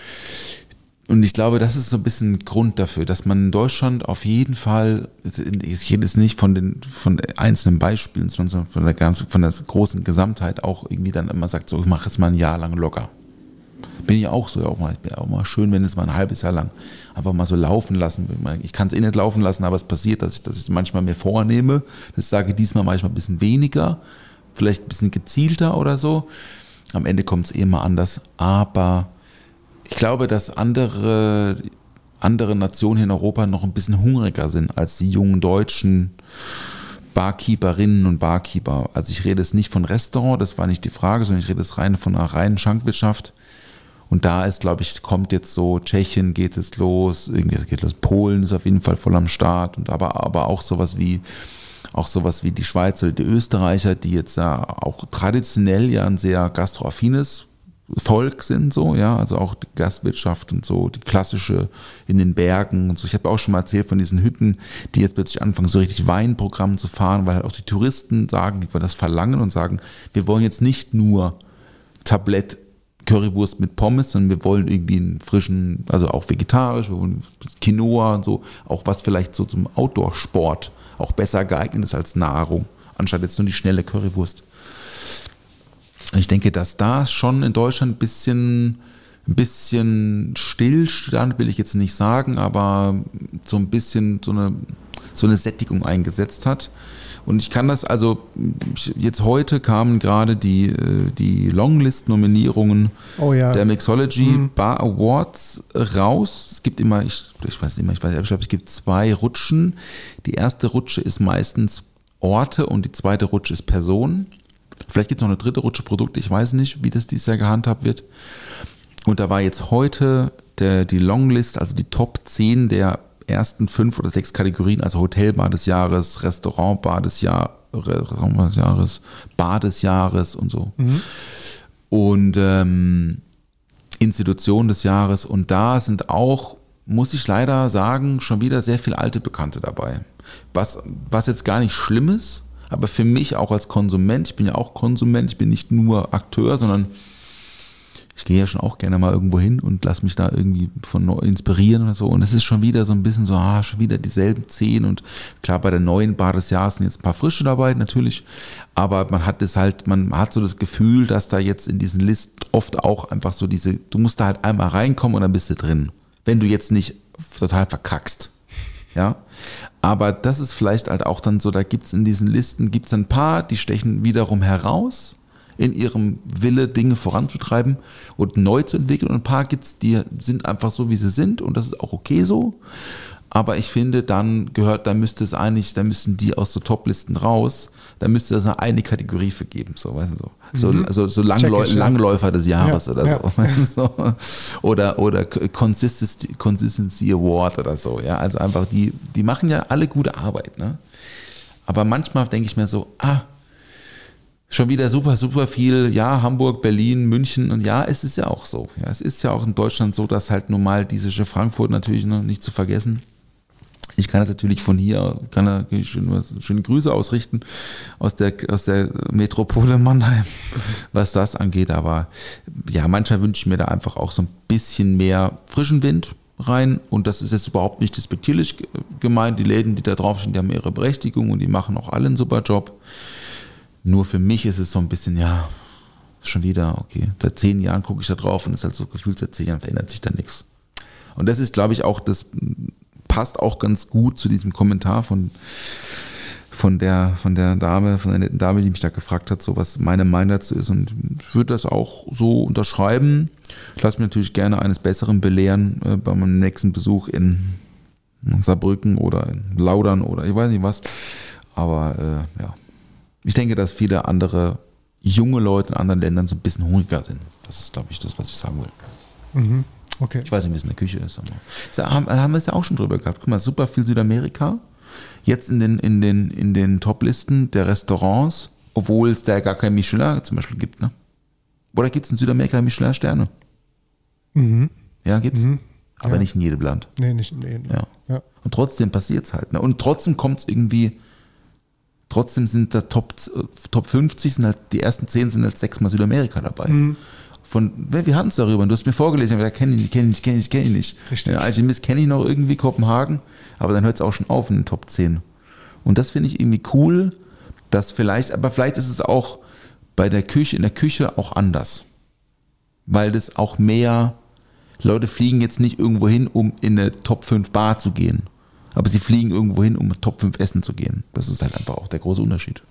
Und ich glaube, das ist so ein bisschen ein Grund dafür, dass man in Deutschland auf jeden Fall, ich rede jetzt nicht von den von einzelnen Beispielen, sondern von der ganzen, von der großen Gesamtheit auch irgendwie dann immer sagt, so ich mache jetzt mal ein Jahr lang locker. Bin ich auch so, ja, auch mal, auch mal schön, wenn es mal ein halbes Jahr lang einfach mal so laufen lassen. Ich kann es eh nicht laufen lassen, aber es passiert, dass ich, dass ich manchmal mir vornehme, das sage diesmal manchmal ein bisschen weniger, vielleicht ein bisschen gezielter oder so. Am Ende kommt es eh mal anders, aber ich glaube, dass andere, andere Nationen hier in Europa noch ein bisschen hungriger sind als die jungen deutschen Barkeeperinnen und Barkeeper. Also ich rede jetzt nicht von Restaurant, das war nicht die Frage, sondern ich rede jetzt rein von einer reinen Schankwirtschaft. Und da ist, glaube ich, kommt jetzt so, Tschechien geht es los, irgendwie geht los, Polen ist auf jeden Fall voll am Start und aber, aber auch sowas wie, auch sowas wie die Schweizer oder die Österreicher, die jetzt ja auch traditionell ja ein sehr gastroaffines Volk sind, so, ja, also auch die Gastwirtschaft und so, die klassische in den Bergen und so. Ich habe auch schon mal erzählt von diesen Hütten, die jetzt plötzlich anfangen, so richtig Weinprogramm zu fahren, weil halt auch die Touristen sagen, die wollen das verlangen und sagen, wir wollen jetzt nicht nur Tablett Currywurst mit Pommes, sondern wir wollen irgendwie einen frischen, also auch vegetarisch, wir wollen Quinoa und so, auch was vielleicht so zum Outdoor-Sport auch besser geeignet ist als Nahrung, anstatt jetzt nur die schnelle Currywurst. Ich denke, dass da schon in Deutschland ein bisschen, ein bisschen Stillstand, will ich jetzt nicht sagen, aber so ein bisschen so eine, so eine Sättigung eingesetzt hat. Und ich kann das also, jetzt heute kamen gerade die, die Longlist-Nominierungen oh ja. der Mixology mhm. Bar Awards raus. Es gibt immer, ich, ich weiß nicht mehr, ich weiß, ich glaube, es gibt zwei Rutschen. Die erste Rutsche ist meistens Orte und die zweite Rutsche ist Personen. Vielleicht gibt es noch eine dritte Rutsche Produkte, ich weiß nicht, wie das dieses Jahr gehandhabt wird. Und da war jetzt heute der, die Longlist, also die Top zehn der ersten fünf oder sechs Kategorien, also Hotelbar des Jahres, Restaurantbar des, Jahr, Restaurant des Jahres, Bar des Jahres und so. Mhm. Und ähm, Institution des Jahres. Und da sind auch, muss ich leider sagen, schon wieder sehr viele alte Bekannte dabei. Was, was jetzt gar nicht schlimm ist, aber für mich auch als Konsument, ich bin ja auch Konsument, ich bin nicht nur Akteur, sondern ich gehe ja schon auch gerne mal irgendwo hin und lasse mich da irgendwie von inspirieren oder so. Und es ist schon wieder so ein bisschen so, ah, schon wieder dieselben zehn. Und klar, bei der neuen Bar des Jahres sind jetzt ein paar Frische dabei, natürlich. Aber man hat es halt, man hat so das Gefühl, dass da jetzt in diesen Listen oft auch einfach so diese, du musst da halt einmal reinkommen und dann bist du drin. Wenn du jetzt nicht total verkackst. Ja, aber das ist vielleicht halt auch dann so, da gibt es in diesen Listen, gibt es ein paar, die stechen wiederum heraus in ihrem Wille, Dinge voranzutreiben und neu zu entwickeln, und ein paar gibt es, die sind einfach so, wie sie sind, und das ist auch okay so. Aber ich finde, dann gehört, da müsste es eigentlich, da müssen die aus so Top-Listen raus, da müsste es eine, eine Kategorie für geben, so, weißt du, so, mhm. so, so, so Langläu- ich, Langläufer des Jahres ja, oder ja. so, weißt du? oder, oder Consistency, Consistency Award oder so, ja, also einfach, die, die machen ja alle gute Arbeit, ne? Aber manchmal denke ich mir so, ah, schon wieder super, super viel, ja, Hamburg, Berlin, München, und ja, es ist ja auch so, ja, es ist ja auch in Deutschland so, dass halt normal diese Frankfurt natürlich noch nicht zu vergessen. Ich kann das natürlich von hier, kann da schöne, schöne Grüße ausrichten aus der, aus der Metropole Mannheim, was das angeht. Aber ja, manchmal wünsche ich mir da einfach auch so ein bisschen mehr frischen Wind rein. Und das ist jetzt überhaupt nicht despektierlich gemeint. Die Läden, die da draufstehen, die haben ihre Berechtigung und die machen auch alle einen super Job. Nur für mich ist es so ein bisschen, ja, schon wieder, okay, seit zehn Jahren gucke ich da drauf und es ist halt so gefühlt, seit zehn Jahren verändert sich da nichts. Und das ist, glaube ich, auch das... passt auch ganz gut zu diesem Kommentar von, von, der, von der Dame, von der netten Dame, die mich da gefragt hat, so was meine Meinung dazu ist. Und ich würde das auch so unterschreiben. Ich lasse mich natürlich gerne eines Besseren belehren äh, bei meinem nächsten Besuch in Saarbrücken oder in Laudern oder ich weiß nicht was. Aber äh, ja, ich denke, dass viele andere junge Leute in anderen Ländern so ein bisschen hungriger sind. Das ist, glaube ich, das, was ich sagen will. Mhm. Okay. Ich weiß nicht, wie es in der Küche ist. Aber da haben, haben wir es ja auch schon drüber gehabt. Guck mal, super viel Südamerika. Jetzt in den, in den, in den Top-Listen der Restaurants, obwohl es da gar kein Michelin zum Beispiel gibt. Ne? Oder gibt es in Südamerika Michelin-Sterne? Mhm. Ja, gibt's. Mhm. Aber ja. nicht in jedem Land. Nee, nicht in jedem Land. Ja. Ja. Und trotzdem passiert es halt. Ne? Und trotzdem kommt es irgendwie, trotzdem sind da Top, Top fünfzig, sind halt, die ersten zehn sind halt sechsmal Südamerika dabei. Mhm. Von, wir hatten es darüber, und du hast mir vorgelesen, ich habe gesagt, kenne ich nicht, kenne ich nicht, kenne ich nicht, kenne ich nicht. Richtig. Ja, Alchemist kenne ich noch irgendwie, Kopenhagen, aber dann hört es auch schon auf in den Top zehn. Und das finde ich irgendwie cool, dass vielleicht, aber vielleicht ist es auch bei der Küche, in der Küche auch anders. Weil das auch mehr, Leute fliegen jetzt nicht irgendwo hin, um in eine Top fünf Bar zu gehen, aber sie fliegen irgendwo hin, um Top fünf Essen zu gehen. Das ist halt einfach auch der große Unterschied.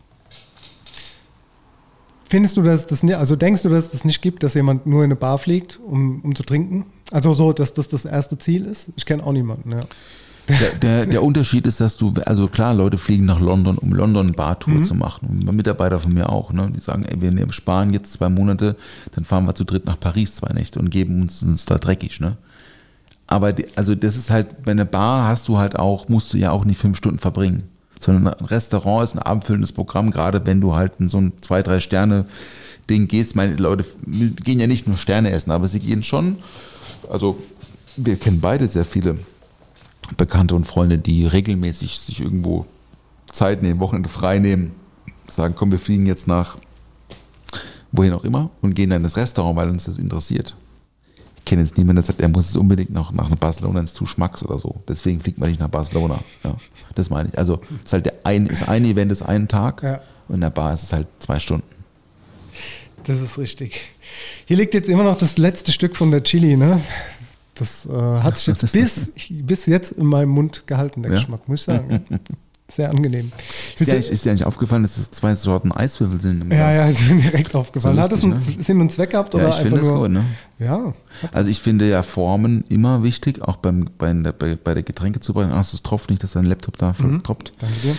Findest du, dass das nicht, also denkst du, dass es das nicht gibt, dass jemand nur in eine Bar fliegt, um, um zu trinken? Also so, dass das das erste Ziel ist? Ich kenne auch niemanden, ja. Der, der, der Unterschied ist, dass du, also klar, Leute fliegen nach London, um London eine Bartour mhm. zu machen. Und Mitarbeiter von mir auch, ne? Die sagen, ey, wir sparen jetzt zwei Monate, dann fahren wir zu dritt nach Paris zwei Nächte und geben uns, uns da dreckig, ne? Aber die, also das ist halt, bei einer Bar hast du halt auch, musst du ja auch nicht fünf Stunden verbringen. Sondern ein Restaurant ist ein abendfüllendes Programm, gerade wenn du halt in so ein zwei, drei Sterne Ding gehst. Meine Leute gehen ja nicht nur Sterne essen, aber sie gehen schon, also wir kennen beide sehr viele Bekannte und Freunde, die regelmäßig sich irgendwo Zeit nehmen, Wochenende frei nehmen, sagen, komm, wir fliegen jetzt nach wohin auch immer und gehen dann in das Restaurant, weil uns das interessiert. Ich kenne jetzt niemanden, der sagt, er muss es unbedingt noch nach Barcelona ins Zuschmacks oder so. Deswegen fliegt man nicht nach Barcelona. Ja, das meine ich. Also es ist halt der ein, ist ein Event, ist ein Tag, ja. Und in der Bar ist es halt zwei Stunden. Das ist richtig. Hier liegt jetzt immer noch das letzte Stück von der Chili, ne? Das äh, hat sich jetzt bis, bis jetzt in meinem Mund gehalten, der ja? Geschmack, muss ich sagen. Sehr angenehm. Ist dir, eigentlich, ist dir eigentlich aufgefallen, dass es zwei Sorten Eiswürfel sind? Im ja, ja, ist mir direkt aufgefallen. So lustig, hat das einen ne? Sinn und Zweck gehabt? Oder ja, ich finde das gut. Ne? Ja. Also ich finde ja Formen immer wichtig, auch beim, bei, der, bei, bei der Getränkezubereitung. Ach, es tropft nicht, dass dein Laptop da mhm. tropft. Danke dir.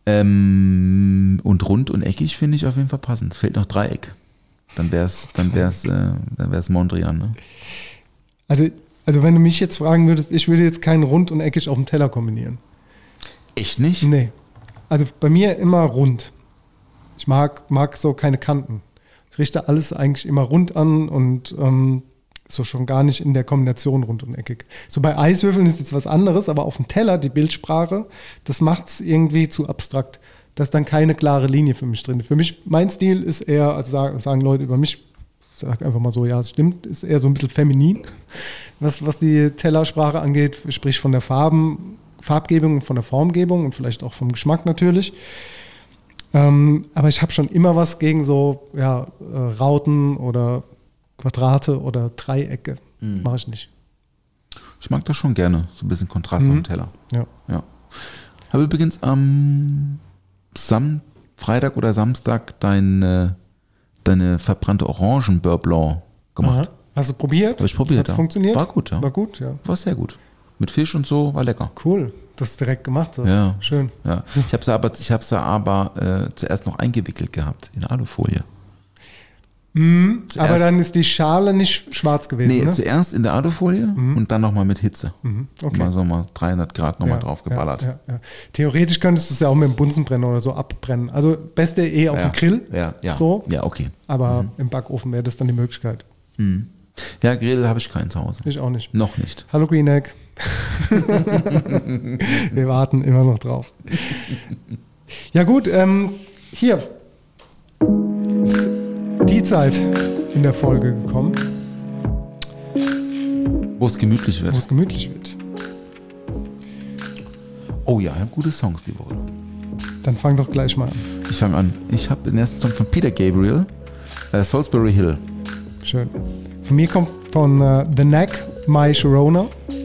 Ähm, und rund und eckig finde ich auf jeden Fall passend. Fehlt noch Dreieck. Dann wäre es dann wär's, äh, dann wär's Mondrian. Ne? Also, also wenn du mich jetzt fragen würdest, ich würde jetzt keinen rund und eckig auf dem Teller kombinieren. Echt nicht? Nee. Also bei mir immer rund. Ich mag, mag so keine Kanten. Ich richte alles eigentlich immer rund an und ähm, so schon gar nicht in der Kombination rund und eckig. So bei Eiswürfeln ist jetzt was anderes, aber auf dem Teller, die Bildsprache, das macht es irgendwie zu abstrakt. Da ist dann keine klare Linie für mich drin. Für mich, mein Stil ist eher, also sagen, sagen Leute über mich, ich sage einfach mal so, ja, es stimmt, ist eher so ein bisschen feminin, was, was die Tellersprache angeht, sprich von der Farben, Farbgebung und von der Formgebung und vielleicht auch vom Geschmack natürlich. Ähm, aber ich habe schon immer was gegen so ja, äh, Rauten oder Quadrate oder Dreiecke. Mhm. Mache ich nicht. Ich mag das schon gerne. So ein bisschen Kontrast Mhm. auf dem Teller. Ja. Ja. Habe übrigens am Sam Freitag oder Samstag deine, deine verbrannte Orangen Beurre Blanc gemacht. Aha. Hast du probiert? Habe ich probiert, Hat's ja. funktioniert? War gut, ja. War gut, ja. War sehr gut. Mit Fisch und so, war lecker. Cool, dass du direkt gemacht hast. Ja. Schön. Ja. Ich habe sie aber, ich hab's ja aber äh, zuerst noch eingewickelt gehabt in Alufolie. Mhm. Aber Zuerst- dann ist die Schale nicht schwarz gewesen, Nee, ne? zuerst in der Alufolie und dann nochmal mit Hitze. Mhm. Okay. Mal so mal dreihundert Grad nochmal Ja, drauf geballert. Ja, ja, ja. Theoretisch könntest du es ja auch mit dem Bunsenbrenner oder so abbrennen. Also beste eh auf Ja. dem Grill. Ja, ja. So. Ja, okay. Aber im Backofen wäre das dann die Möglichkeit. Ja, Grill habe ich keinen zu Hause. Ich auch nicht. Noch nicht. Hallo Green Egg. Wir warten immer noch drauf. Ja gut, ähm, hier ist die Zeit in der Folge gekommen, Wo es gemütlich wo wird. es gemütlich wird. Oh ja, ich habe gute Songs die Woche. Dann fang doch gleich mal an. Ich fange an. Ich habe den ersten Song von Peter Gabriel, äh, Salisbury Hill. Schön. Von mir kommt von äh, The Knack, My Sharona.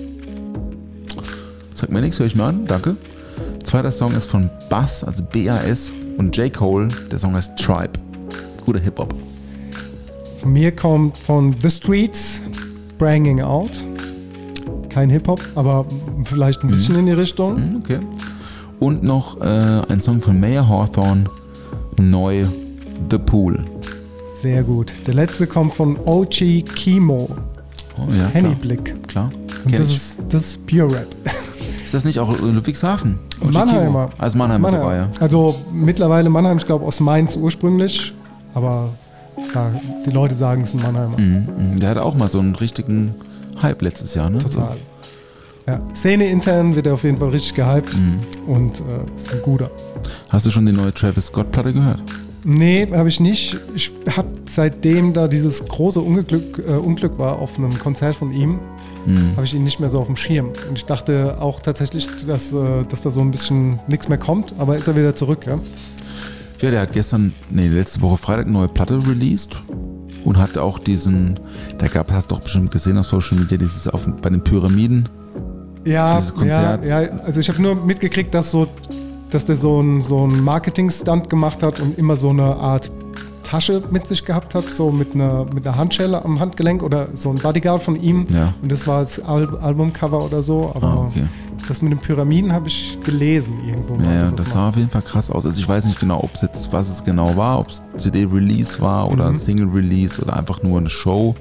Sagt mir nichts, höre ich mir an. Danke. Zweiter Song ist von Bass, also B A S und J. Cole. Der Song heißt Tribe. Guter Hip-Hop. Von mir kommt von The Streets, Bringing Out. Kein Hip-Hop, aber vielleicht ein bisschen in die Richtung. Hm, okay. Und noch äh, ein Song von Mayer Hawthorne, neu, The Pool. Sehr gut. Der letzte kommt von O G Kimo, Oh, ja, klar. Hennyblick. Klar. Und Kenn das ich. ist, das ist Pure Rap. Ist das nicht auch Ludwigshafen? O G Mannheimer. Kimo. Also Mannheimer sogar, ja. Also mittlerweile Mannheim, ich glaube aus Mainz ursprünglich, aber sag- die Leute sagen es ist ein Mannheimer. Mhm. Der hatte auch mal so einen richtigen Hype letztes Jahr, ne? Total. Ja, Szene intern wird er auf jeden Fall richtig gehypt Mhm. und äh, ist ein guter. Hast du schon die neue Travis Scott-Platte gehört? Nee, habe ich nicht. Ich habe seitdem da dieses große Unglück, äh, Unglück war auf einem Konzert von ihm, Mhm. habe ich ihn nicht mehr so auf dem Schirm. Und ich dachte auch tatsächlich, dass, äh, dass da so ein bisschen nichts mehr kommt, aber ist er wieder zurück, ja? Ja, der hat gestern, nee, letzte Woche Freitag eine neue Platte released und hat auch diesen, da gab, hast du doch bestimmt gesehen auf Social Media, dieses auf, bei den Pyramiden. Ja, Dieses ja, Konzert. ja, also ich habe nur mitgekriegt, dass so, dass der so ein so ein Marketing-Stunt gemacht hat und immer so eine Art Tasche mit sich gehabt hat, so mit einer mit einer Handschelle am Handgelenk oder so ein Bodyguard von ihm. Ja. Und das war das Al Albumcover oder so. Aber Ah, okay. das mit den Pyramiden habe ich gelesen irgendwo mal. Ja, ja, dass das macht. sah auf jeden Fall krass aus. Also ich weiß nicht genau, ob es jetzt, was es genau war, ob es C D-Release war oder Mhm. Single-Release oder einfach nur eine Show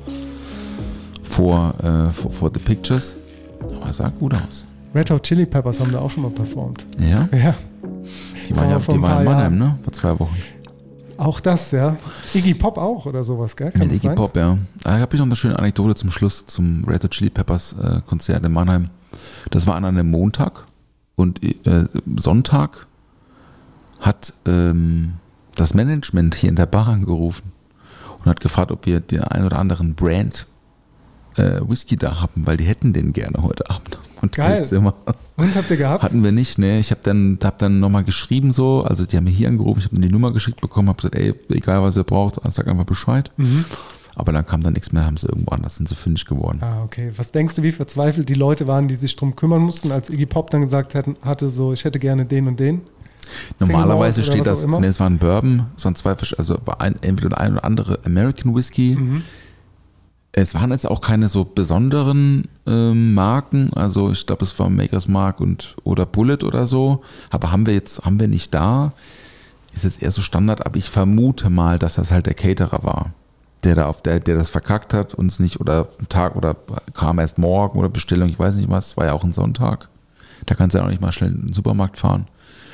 vor, äh, vor, vor The Pictures. Aber es sah gut aus. Red Hot Chili Peppers haben da auch schon mal performt. Ja, Ja, die waren ja vor die ein waren paar in Mannheim, Jahren. ne? Vor zwei Wochen. auch das, ja. Iggy Pop auch oder sowas, gell? Kann Mit das Iggy sein? Pop, ja. Da habe ich noch eine schöne Anekdote zum Schluss zum Red Hot Chili Peppers äh, Konzert in Mannheim. Das war an einem Montag und äh, Sonntag hat ähm, das Management hier in der Bar angerufen und hat gefragt, ob wir den einen oder anderen Brand äh, Whisky da haben, weil die hätten den gerne heute Abend im Geil. Hotelzimmer. Und habt ihr gehabt? Hatten wir nicht, ne? Ich habe dann, hab dann nochmal geschrieben so, also die haben mir hier angerufen, ich habe die Nummer geschickt bekommen, habe gesagt, ey, egal was ihr braucht, sag einfach Bescheid. Mhm. Aber dann kam da nichts mehr, haben sie irgendwo anders, sind sie fündig geworden. Ah, okay. Was denkst du, wie verzweifelt die Leute waren, die sich drum kümmern mussten, als Iggy Pop dann gesagt hätten, hatte so, ich hätte gerne den und den? Normalerweise Single Malt oder steht was das, auch immer? ne, es war ein Bourbon, es waren zwei, Fisch- also ein, entweder der ein oder andere American Whisky. Mhm. Es waren jetzt auch keine so besonderen ähm, Marken, also ich glaube, es war Maker's Mark und oder Bullet oder so, aber haben wir jetzt, haben wir nicht da, ist jetzt eher so Standard, aber ich vermute mal, dass das halt der Caterer war, der da auf der, der das verkackt hat und es nicht oder am Tag oder kam erst morgen oder Bestellung, ich weiß nicht was, war ja auch ein Sonntag, da kannst du ja auch nicht mal schnell in den Supermarkt fahren.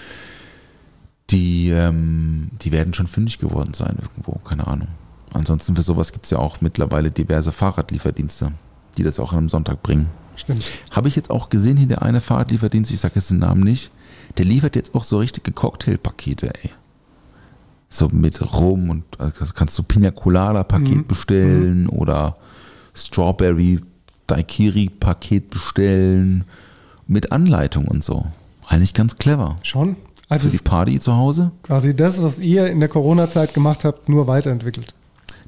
Die, ähm, die werden schon fündig geworden sein irgendwo, keine Ahnung. Ansonsten für sowas gibt es ja auch mittlerweile diverse Fahrradlieferdienste, die das auch an einem Sonntag bringen. Stimmt. Habe ich jetzt auch gesehen, hier der eine Fahrradlieferdienst, ich sage jetzt den Namen nicht, der liefert jetzt auch so richtige Cocktailpakete, ey. So mit Rum und also kannst du Pina Colada Paket Mhm. bestellen oder Strawberry Daiquiri Paket bestellen mit Anleitung und so. Eigentlich ganz clever. Schon? Also Für die es ist Party zu Hause. quasi das, was ihr in der Corona-Zeit gemacht habt, nur weiterentwickelt.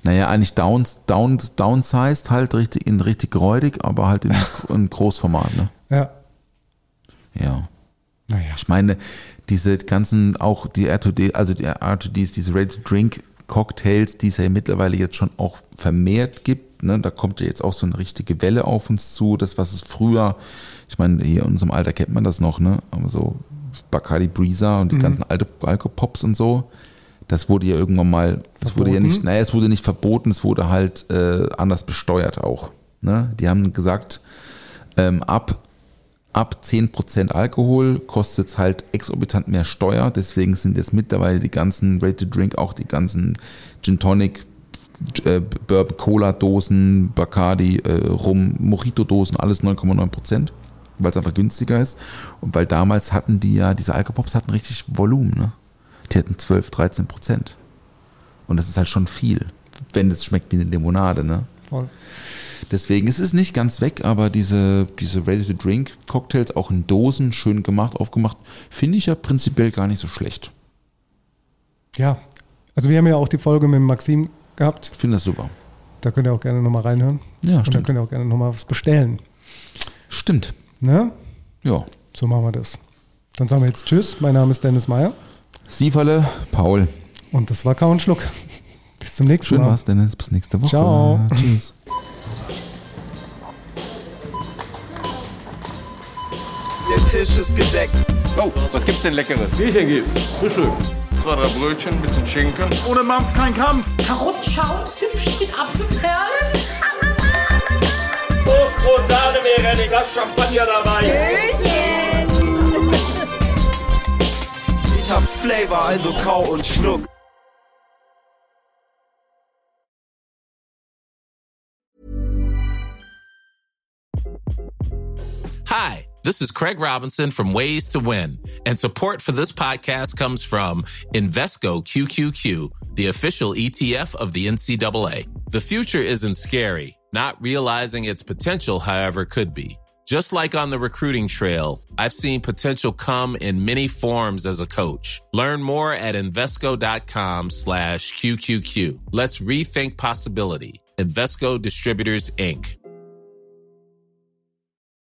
Naja, eigentlich downs, downs, downsized, halt richtig, in richtig räudig, aber halt in, in Großformat, ne? Ja. Ja. Naja. Ich meine, diese ganzen, auch die R zwei D, also die R zwei Ds, diese Ready-to-Drink-Cocktails, die es ja mittlerweile jetzt schon auch vermehrt gibt, ne? Da kommt ja jetzt auch so eine richtige Welle auf uns zu, das, was es früher, ich meine, hier in unserem Alter kennt man das noch, ne? Aber so Bacardi Breezer und die mhm. ganzen alte Alkopops und so, das wurde ja irgendwann mal, das verboten? wurde ja nicht, naja, es wurde nicht verboten, es wurde halt äh, anders besteuert auch. Ne? Die haben gesagt, ähm, ab, ab zehn Prozent Alkohol kostet es halt exorbitant mehr Steuer, deswegen sind jetzt mittlerweile die ganzen Ready-to-Drink, auch die ganzen Gin Tonic, äh, Bourbon Cola Dosen, Bacardi, äh, Rum, Mojito Dosen, alles neun Komma neun Prozent, weil es einfach günstiger ist und weil damals hatten die ja, diese Alkopops hatten richtig Volumen, ne? Die hatten zwölf, dreizehn Prozent. Und das ist halt schon viel, wenn es schmeckt wie eine Limonade, ne? Voll. Deswegen ist es nicht ganz weg, aber diese, diese Ready-to-Drink-Cocktails auch in Dosen, schön gemacht, aufgemacht, finde ich ja prinzipiell gar nicht so schlecht. Ja, also wir haben ja auch die Folge mit Maxim gehabt. Ich finde das super. Da könnt ihr auch gerne nochmal reinhören. Ja, und stimmt. da könnt ihr auch gerne nochmal was bestellen. Stimmt. Ne? Ja. So machen wir das. Dann sagen wir jetzt Tschüss. Mein Name ist Dennis Meyer. Sieferle, Paul. Und das war Kau und Schluck. Bis zum nächsten Schön Mal. Schön war's, Dennis. Bis nächste Woche. Ciao. Tschüss. Der Tisch ist gedeckt. Oh, was gibt's denn Leckeres? Bierchen gibt's. Frühstück. Zwei, drei Brötchen, ein bisschen Schinken. Ohne Mampf kein Kampf. Karottenschaum, Zimtschnitt, Apfelperlen. Toastbrot, Sahne, wäre ein Glas Champagner dabei. Tschüsschen. Ich hab Flavor, also kau und schluck. Hi, this is Craig Robinson from Ways to Win, and support for this podcast comes from Invesco Q Q Q, the official E T F of the N C double A. The future isn't scary. Not realizing its potential, however, could be. Just like on the recruiting trail, I've seen potential come in many forms as a coach. Learn more at Invesco.com slash QQQ. Let's rethink possibility. Invesco Distributors, Incorporated.